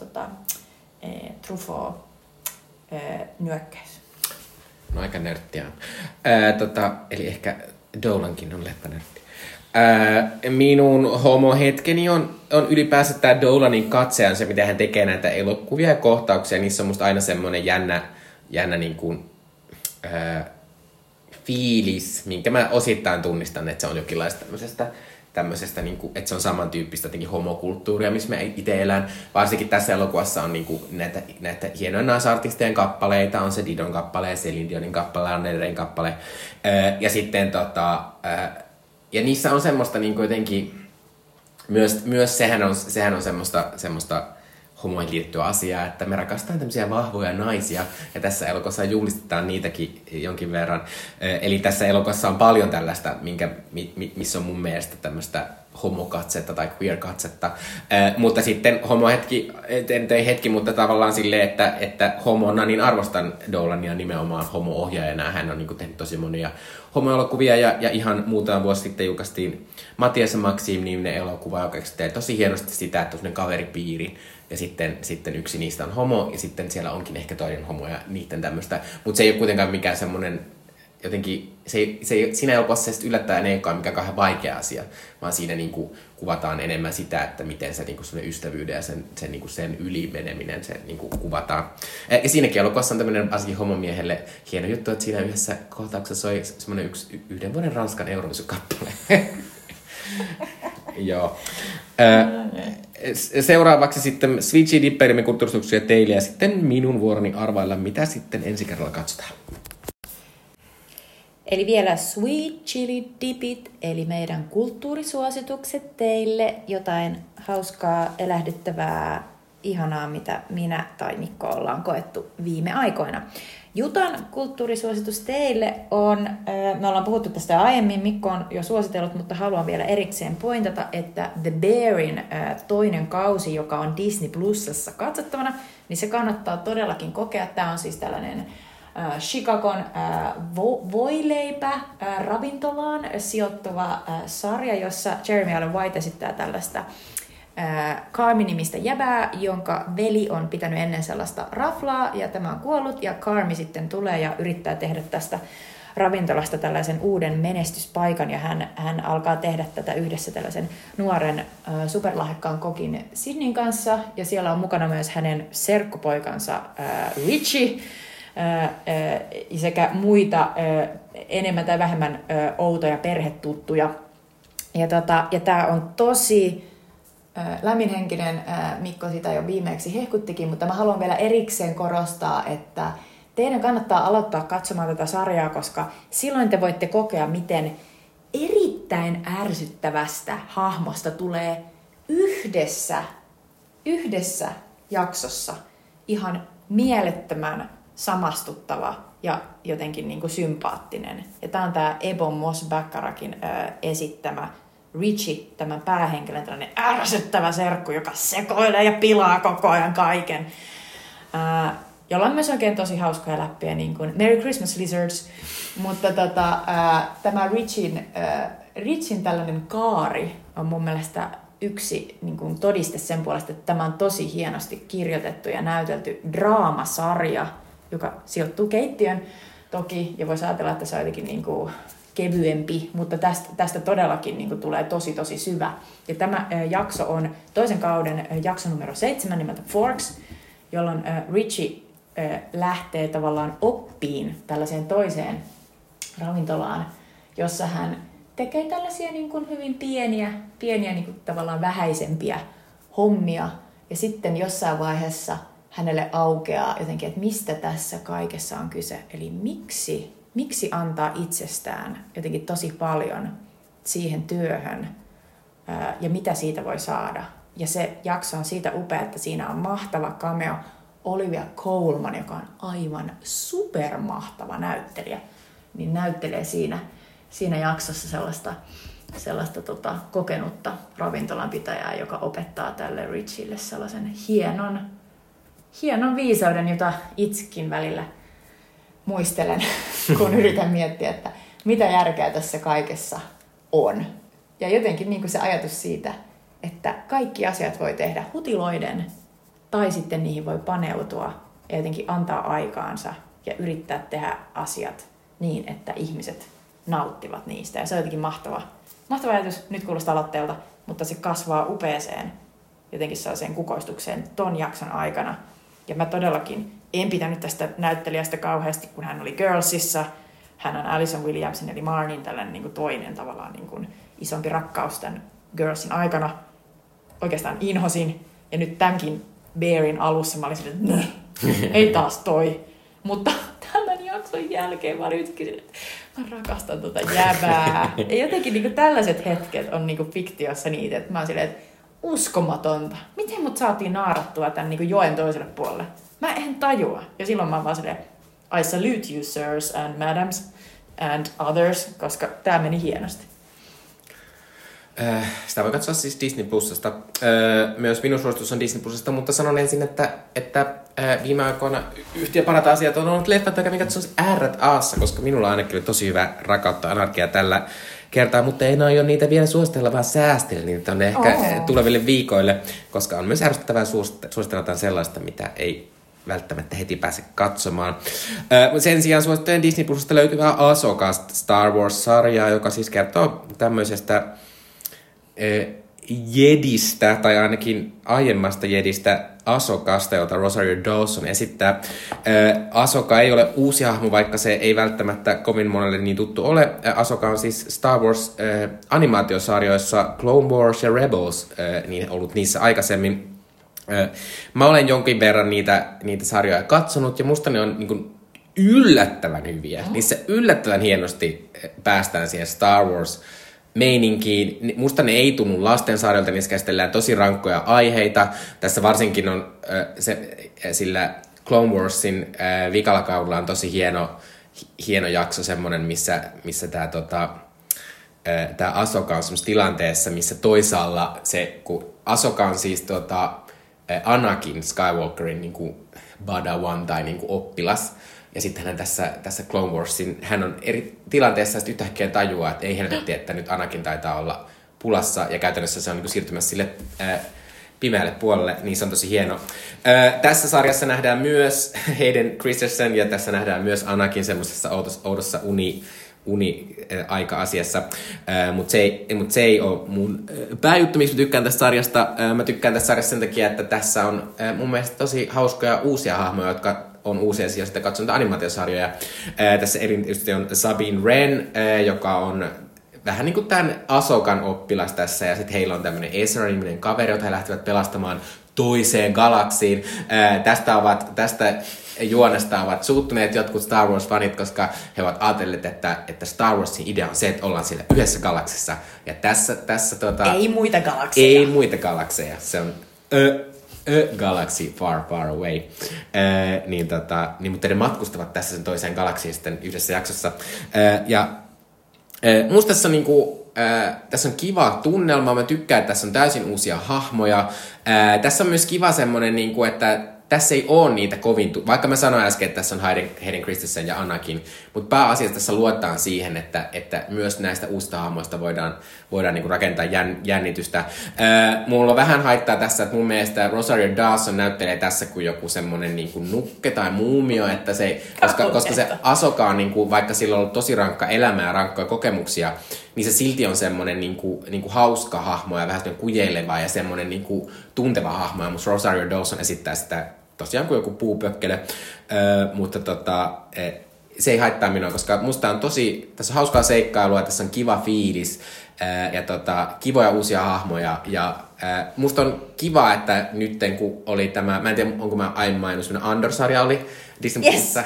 Truffaut-nyökkäys. No aika nörttiä. Eli ehkä Dolankin on leffanörtti. Minun homohetkeni on ylipäänsä tämä Dolanin katsean, se mitä hän tekee näitä elokuvia ja kohtauksia. Niissä on musta aina semmoinen jännä niin kuin, fiilis, minkä mä osittain tunnistan, että se on jokinlaista tämmöisestä niin kuin, että se on samantyyppistä jotenkin homokulttuuria, missä me itse elän. Varsinkin tässä elokuvassa on niin kuin, näitä hienoja naisartistien kappaleita, on se Didon kappale, Celine Dionin kappale, Anneleren kappale. Ja sitten ja niissä on semmoista niin kuin jotenkin, myös sehän on semmoista homoihin liittyä asiaa, että me rakastetaan tämmöisiä vahvoja naisia, ja tässä elokuvassa julistetaan niitäkin jonkin verran. Eli tässä elokuvassa on paljon tällaista, missä on mun mielestä tämmöistä homokatsetta tai queer-katsetta. Mutta sitten hetki, mutta tavallaan silleen, että homona niin arvostan Dolania nimenomaan homo-ohjaajana. Hän on niin kuin tehnyt tosi monia homoelokuvia ja ihan muutama vuosi sitten julkaistiin Matias ja Maxim-niminen elokuva, joka tekee tosi hienosti sitä, että on sellainen kaveripiiri ja sitten yksi niistä on homo ja sitten siellä onkin ehkä toinen homo ja niiden tämmöistä. Mutta se ei ole kuitenkaan mikään semmoinen jotenkin, siinä elokuvassa se yllättäen ei olekaan mikään kauhean vaikea asia, vaan siinä niinku kuvataan enemmän sitä, että miten se niinku ystävyyden ja sen ylimeneminen se niinku kuvataan. Ja siinäkin elokuvassa on tämmöinen asia homomiehelle hieno juttu, että siinä yhdessä kohtauksessa soi semmoinen yhden vuoden Ranskan Eurovision-kappale. Joo. Seuraavaksi sitten Switchy Dipperimme kulttuurisuuksia teille ja sitten minun vuoroni arvailla, mitä sitten ensi kerralla katsotaan. Eli vielä Sweet Chili Dipit, eli meidän kulttuurisuositukset teille. Jotain hauskaa, elähdyttävää, ihanaa, mitä minä tai Mikko ollaan koettu viime aikoina. Jutan kulttuurisuositus teille on, me ollaan puhuttu tästä aiemmin, Mikko on jo suositellut, mutta haluan vielä erikseen pointata, että The Bearin toinen kausi, joka on Disney Plusassa katsottavana, niin se kannattaa todellakin kokea. Tämä on siis tällainen Chicagon voileipä ravintolaan sijoittuva sarja, jossa Jeremy Allen White esittää tällaista Carmi-nimistä jäbää, jonka veli on pitänyt ennen sellaista raflaa ja tämä on kuollut ja Carmi sitten tulee ja yrittää tehdä tästä ravintolasta tällaisen uuden menestyspaikan ja hän alkaa tehdä tätä yhdessä tällaisen nuoren superlahjakkaan kokin Sydneyn kanssa ja siellä on mukana myös hänen serkkupoikansa Richie sekä muita enemmän tai vähemmän outoja perhetuttuja. Ja tämä on tosi lämminhenkinen, Mikko sitä jo viimeksi hehkuttikin, mutta mä haluan vielä erikseen korostaa, että teidän kannattaa aloittaa katsomaan tätä sarjaa, koska silloin te voitte kokea, miten erittäin ärsyttävästä hahmosta tulee yhdessä jaksossa ihan mielettömän samastuttava ja jotenkin niin kuin sympaattinen. Ja tämä on tämä Ebon Moss-Bacharachin esittämä Richie, tämän päähenkilön, tällainen ärsyttävä serkku, joka sekoilee ja pilaa koko ajan kaiken. Jolla on myös oikein tosi hauskoja läppiä, niin kuin Merry Christmas Lizards. Mutta tämä Richin tällainen kaari on mun mielestä yksi niin kuin todiste sen puolesta, että tämä on tosi hienosti kirjoitettu ja näytelty draamasarja, joka sijoittuu keittiön toki, ja voisi ajatella, että se on jotenkin niin kuin kevyempi, mutta tästä todellakin niin kuin tulee tosi syvä. Ja tämä jakso on toisen kauden jakso numero 7 nimeltä Forks, jolloin Richie lähtee tavallaan oppiin tällaiseen toiseen ravintolaan, jossa hän tekee tällaisia niin kuin hyvin pieniä niin kuin tavallaan vähäisempiä hommia. Ja sitten jossain vaiheessa hänelle aukeaa jotenkin, että mistä tässä kaikessa on kyse. Eli miksi antaa itsestään jotenkin tosi paljon siihen työhön ja mitä siitä voi saada. Ja se jakso on siitä upea, että siinä on mahtava cameo Olivia Colman, joka on aivan supermahtava näyttelijä, niin näyttelee siinä jaksossa sellaista kokenutta ravintolanpitäjää, joka opettaa tälle Richille sellaisen hienon viisauden, jota itsekin välillä muistelen, kun yritän miettiä, että mitä järkeä tässä kaikessa on. Ja jotenkin niin kuin se ajatus siitä, että kaikki asiat voi tehdä hutiloiden, tai sitten niihin voi paneutua ja jotenkin antaa aikaansa ja yrittää tehdä asiat niin, että ihmiset nauttivat niistä. Ja se on jotenkin mahtava ajatus, nyt kuulostaa aloitteelta, mutta se kasvaa upeeseen jotenkin sellaiseen kukoistukseen ton jakson aikana. Ja mä todellakin en pitänyt tästä näyttelijästä kauheasti, kun hän oli Girlsissa. Hän on Alison Williamsin eli Marnin tällainen niin kuin toinen tavallaan niin kuin isompi rakkaus tämän Girlsin aikana. Oikeastaan inhosin. Ja nyt tämänkin Bearin alussa mä olin silleen, että ei taas toi. Mutta tämän jakson jälkeen mä olin yhtäkkiä silleen, että mä rakastan tota jäbää. Ja jotenkin niin kuin tällaiset hetket on niin kuin fiktiossa niitä, että mä oon silleen, että uskomatonta. Miten mut saatiin naarattua tämän niin kuin joen toiselle puolelle? Mä en tajua. Ja silloin mä oon vaan silleen, I salute you sirs and madams and others, koska tää meni hienosti. Sitä voi katsoa siis Disney Plusasta. Myös minun suositus on Disney Plusasta, mutta sanon ensin, että viime aikoina yhtiön parat asiat on ollut leffat, joka mikä katsoisi R&A:ssa, koska minulla on ainakin tosi hyvä rakkautta anarkia tällä kertaa, mutta en aio niitä vielä suositella, vaan säästellä niitä on ehkä tuleville viikoille, koska on myös ärsyttävää suositella sellaista, mitä ei välttämättä heti pääse katsomaan. Sen sijaan suosittelen Disney Plusasta löytyvää Ahsokasta Star Wars-sarjaa, joka siis kertoo tämmöisestä jedistä, tai ainakin aiemmasta jedistä Ahsokasta, jota Rosario Dawson esittää. Ahsoka ei ole uusi hahmo, vaikka se ei välttämättä kovin monelle niin tuttu ole. Ahsoka on siis Star Wars animaatiosarjoissa Clone Wars ja Rebels niin ollut niissä aikaisemmin. Mä olen jonkin verran niitä sarjoja katsonut, ja musta ne on niin kuin yllättävän hyviä. Niissä yllättävän hienosti päästään siihen Star Wars-meininkiin. Musta ne ei tunnu lastensarjoilta, niissä käsitellään tosi rankkoja aiheita. Tässä varsinkin on sillä Clone Warsin vikalla kaudella on tosi hieno jakso, semmonen, missä tää Ahsoka on semmoisessa tilanteessa, missä toisaalla se, kun Ahsoka on siis Anakin Skywalkerin niin kuin Padawan tai niin kuin oppilas. Ja sitten hän tässä Clone Warsin, hän on eri tilanteessa ja yhtäkkiä tajuaa, että ei helvetti, tiedä, että nyt Anakin taitaa olla pulassa. Ja käytännössä se on niin kuin siirtymässä sille pimeälle puolelle, niin se on tosi hieno. Tässä sarjassa nähdään myös Hayden Christensen ja tässä nähdään myös Anakin semmoisessa oudossa uni-aika-asiassa, mutta se ei ole mun pääjuttu, miksi mä tykkään tästä sarjasta. Mä tykkään tästä sarjasta sen takia, että tässä on mun mielestä tosi hauskoja uusia hahmoja, jotka on uusia siis, sitten katson animaatiosarjoja. Tässä erityisesti on Sabine Wren, joka on vähän niin kuin tämän Ahsokan oppilas tässä, ja sitten heillä on tämmöinen Ezra-niminen kaveri, jota he lähtevät pelastamaan toiseen galaksiin. Tästä juonesta ovat suuttuneet jotkut Star Wars-fanit, koska he ovat ajatelleet, että Star Warsin idea on se, että ollaan siellä yhdessä galaksissa. Ja tässä ei muita galakseja. Ei muita galakseja. Se on galaxy far, far away. Mutta ne matkustavat tässä sen toiseen galaksiin sitten yhdessä jaksossa. Musta tässä on tässä on kiva tunnelma. Mä tykkään, että tässä on täysin uusia hahmoja. Tässä on myös kiva semmonen, että tässä ei ole niitä kovin... Vaikka mä sanoin äsken, että tässä on Hayden Christensen ja Anakin, mutta pääasiassa tässä luotetaan siihen, että myös näistä uusista hahmoista voidaan niinku rakentaa jännitystä. Mulla on vähän haittaa tässä, että mun mielestä Rosario Dawson näyttelee tässä kuin joku semmonen niinku nukke tai muumio, että koska se Ahsoka on, niinku, vaikka sillä on ollut tosi rankka elämä ja rankkoja kokemuksia, niin se silti on semmonen niinku hauska hahmo ja vähän kujeileva ja semmonen niinku tunteva hahmo. Ja musta Rosario Dawson esittää sitä tosiaan kuin joku puupökkelö, mutta se ei haittaa minua, koska musta on tässä on hauskaa seikkailua, tässä on kiva fiilis ja kivoja uusia hahmoja. Ja musta on kiva, että nytten kun oli tämä, mä en tiedä onko mä aiemmin mainittu, Andor-sarja oli Disney Plusissa.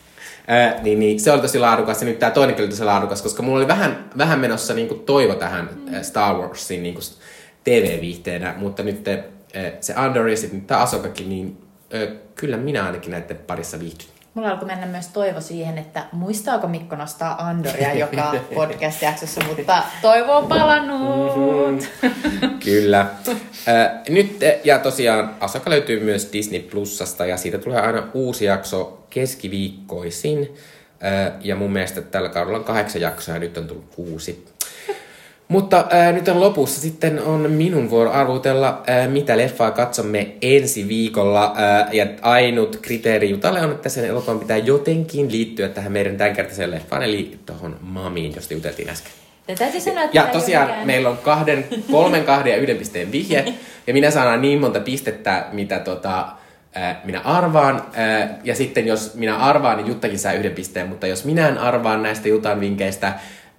Niin se oli tosi laadukas ja nyt tää toinenkin oli tosi laadukas, koska mulla oli vähän menossa niinku toivo tähän Star Warsin niinku TV-viihteenä, mutta nyt se Andor ja sitten tää Ahsokakin, niin kyllä minä ainakin näiden parissa viihdyn. Mulla alkoi mennä myös toivo siihen, että muistaako Mikko nostaa Andoria joka podcast-jaksossa, mutta toivo on palannut. Kyllä. Nyt, ja tosiaan Ahsoka löytyy myös Disney Plusasta ja siitä tulee aina uusi jakso keskiviikkoisin. Ja mun mielestä tällä kaudella on 8 jaksoa ja nyt on tullut 6. Mutta nyt on lopussa sitten on minun vuoro arvutella, mitä leffaa katsomme ensi viikolla. Ja ainut kriteeri Jutalle on, että sen elokuvan pitää jotenkin liittyä tähän meidän tämänkertaiseen leffaan, eli tuohon Mamiin, josta juteltiin äsken. Ja tosiaan meillä on 3, 2 ja 1 pisteen vihje. Ja minä saan niin monta pistettä, mitä minä arvaan. Ja sitten jos minä arvaan, niin Juttakin saa 1 pisteen. Mutta jos minä en arvaan näistä Jutan vinkkeistä,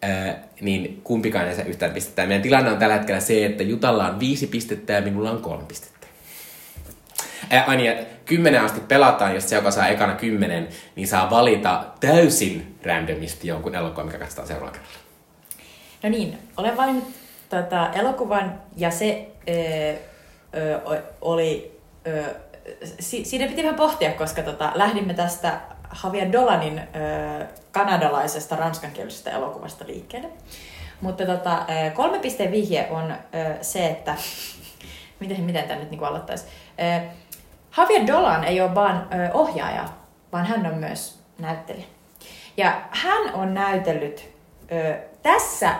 niin kumpikaan ei saa yhtään pistettä. Meidän tilanne on tällä hetkellä se, että Jutalla on 5 pistettä ja minulla on 3 pistettä. Ja 10 asti pelataan, jos se, joka saa ekana 10, niin saa valita täysin randomisti jonkun elokuvan, mikä katsotaan seuraavalla kerralla. No niin, olen valinnut elokuvan ja se oli... Siinä piti vähän pohtia, koska lähdimme tästä Javier Dolanin kanadalaisesta ranskankielisestä elokuvasta liikkeelle. Mutta 3 pisteen vihje on se, että... Miten tämä nyt niin aloittaisi? Javier Dolan ei ole vaan ohjaaja, vaan hän on myös näyttelijä. Ja hän on näytellyt tässä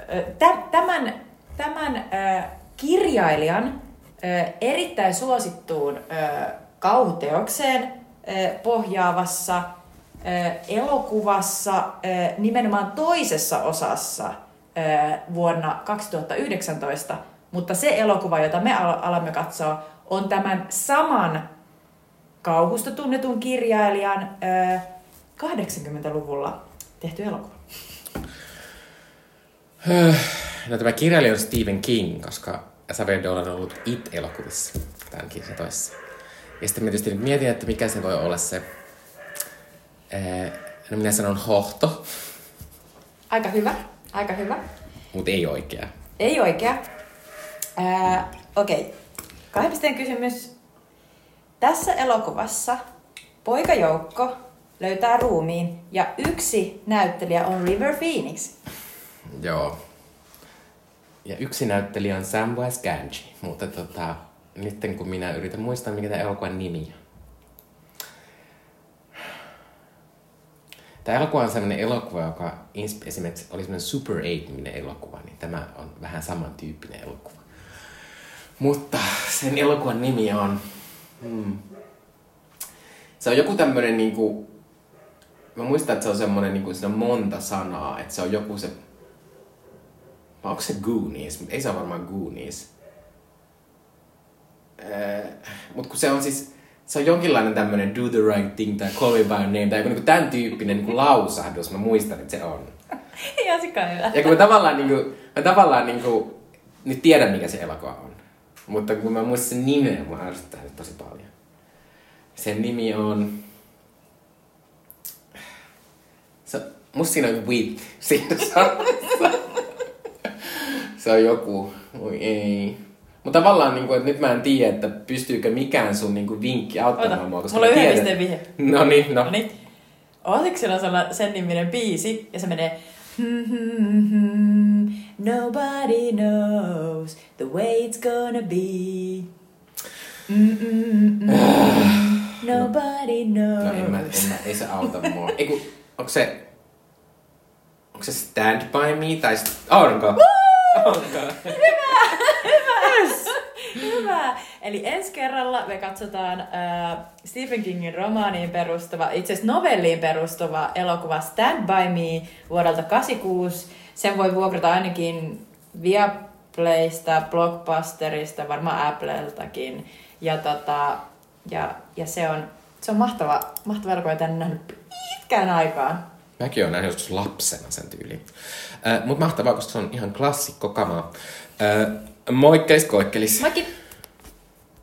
tämän kirjailijan erittäin suosittuun kauhuteokseen pohjaavassa elokuvassa nimenomaan toisessa osassa vuonna 2019, mutta se elokuva, jota me alamme katsoa, on tämän saman kauhusta tunnetun kirjailijan 80-luvulla tehty elokuva. No tämä kirjailija on Stephen King, koska Javier Dolan on ollut It-elokuvissa tämänkin se toissa. Ja sitten mä tietysti nyt mietin, että mikä se voi olla se... No minä sanon hohto. Aika hyvä, aika hyvä. Mutta ei oikea. Ei oikea. Okei. 2 pisteen kysymys. Tässä elokuvassa poikajoukko löytää ruumiin ja yksi näyttelijä on River Phoenix. Joo. Ja yksi näyttelijä on Samwise Gamgee, mutta nyt kun minä yritän muistaa, mikä tämä elokuvan nimi on. Tämä elokuva on sellainen elokuva, joka esimerkiksi oli sellainen Super 8-niminen elokuva, niin tämä on vähän samantyyppinen elokuva. Mutta sen elokuvan nimi on... Se on joku tämmönen niinku... Mä muistan, että se on semmonen niinku, siinä on monta sanaa, että se on joku se... Onko se Goonies? Ei se ole varmaan Goonies. Mut kun se on siis... Se on jonkinlainen tämmönen do the right thing tai call me by name tai joku tämän tyyppinen niinku lausahdus. Mä muistan, että se on. Ihan sikana. Ja kun mä tavallaan nyt tiedän, mikä se elokuva on. Mutta kun mä muistan sen nimen, mä ärsyttää nyt tosi paljon. Sen nimi on... Musta siinä on With. Se on joku. Oi ei. Mutta tavallaan, että nyt mä en tiedä, että pystyykö mikään sun vinkki auttamaan mua. Mulla on 1 pisteen vihje. No niin. Olisiko siellä sen niminen biisi, ja se menee... Nobody knows the way it's gonna be. Nobody knows. No ei se auta mua. Onko se Stand By Me tai... Aurinko! Hyvä! Eli ensi kerralla me katsotaan Stephen Kingin romaaniin perustuva, itse asiassa novelliin perustuva elokuva Stand By Me vuodelta 1986. Sen voi vuokrata ainakin Viaplaysta, Blockbusterista, varmaan Appleltakin. Ja se on mahtava elokuva, jota en nähnyt pitkään aikaan. Mäkin olen nähnyt joskus lapsena sen tyyliin. Mutta mahtavaa, koska se on ihan klassikko kamaa. Moikkeis koikkelis. Moikki!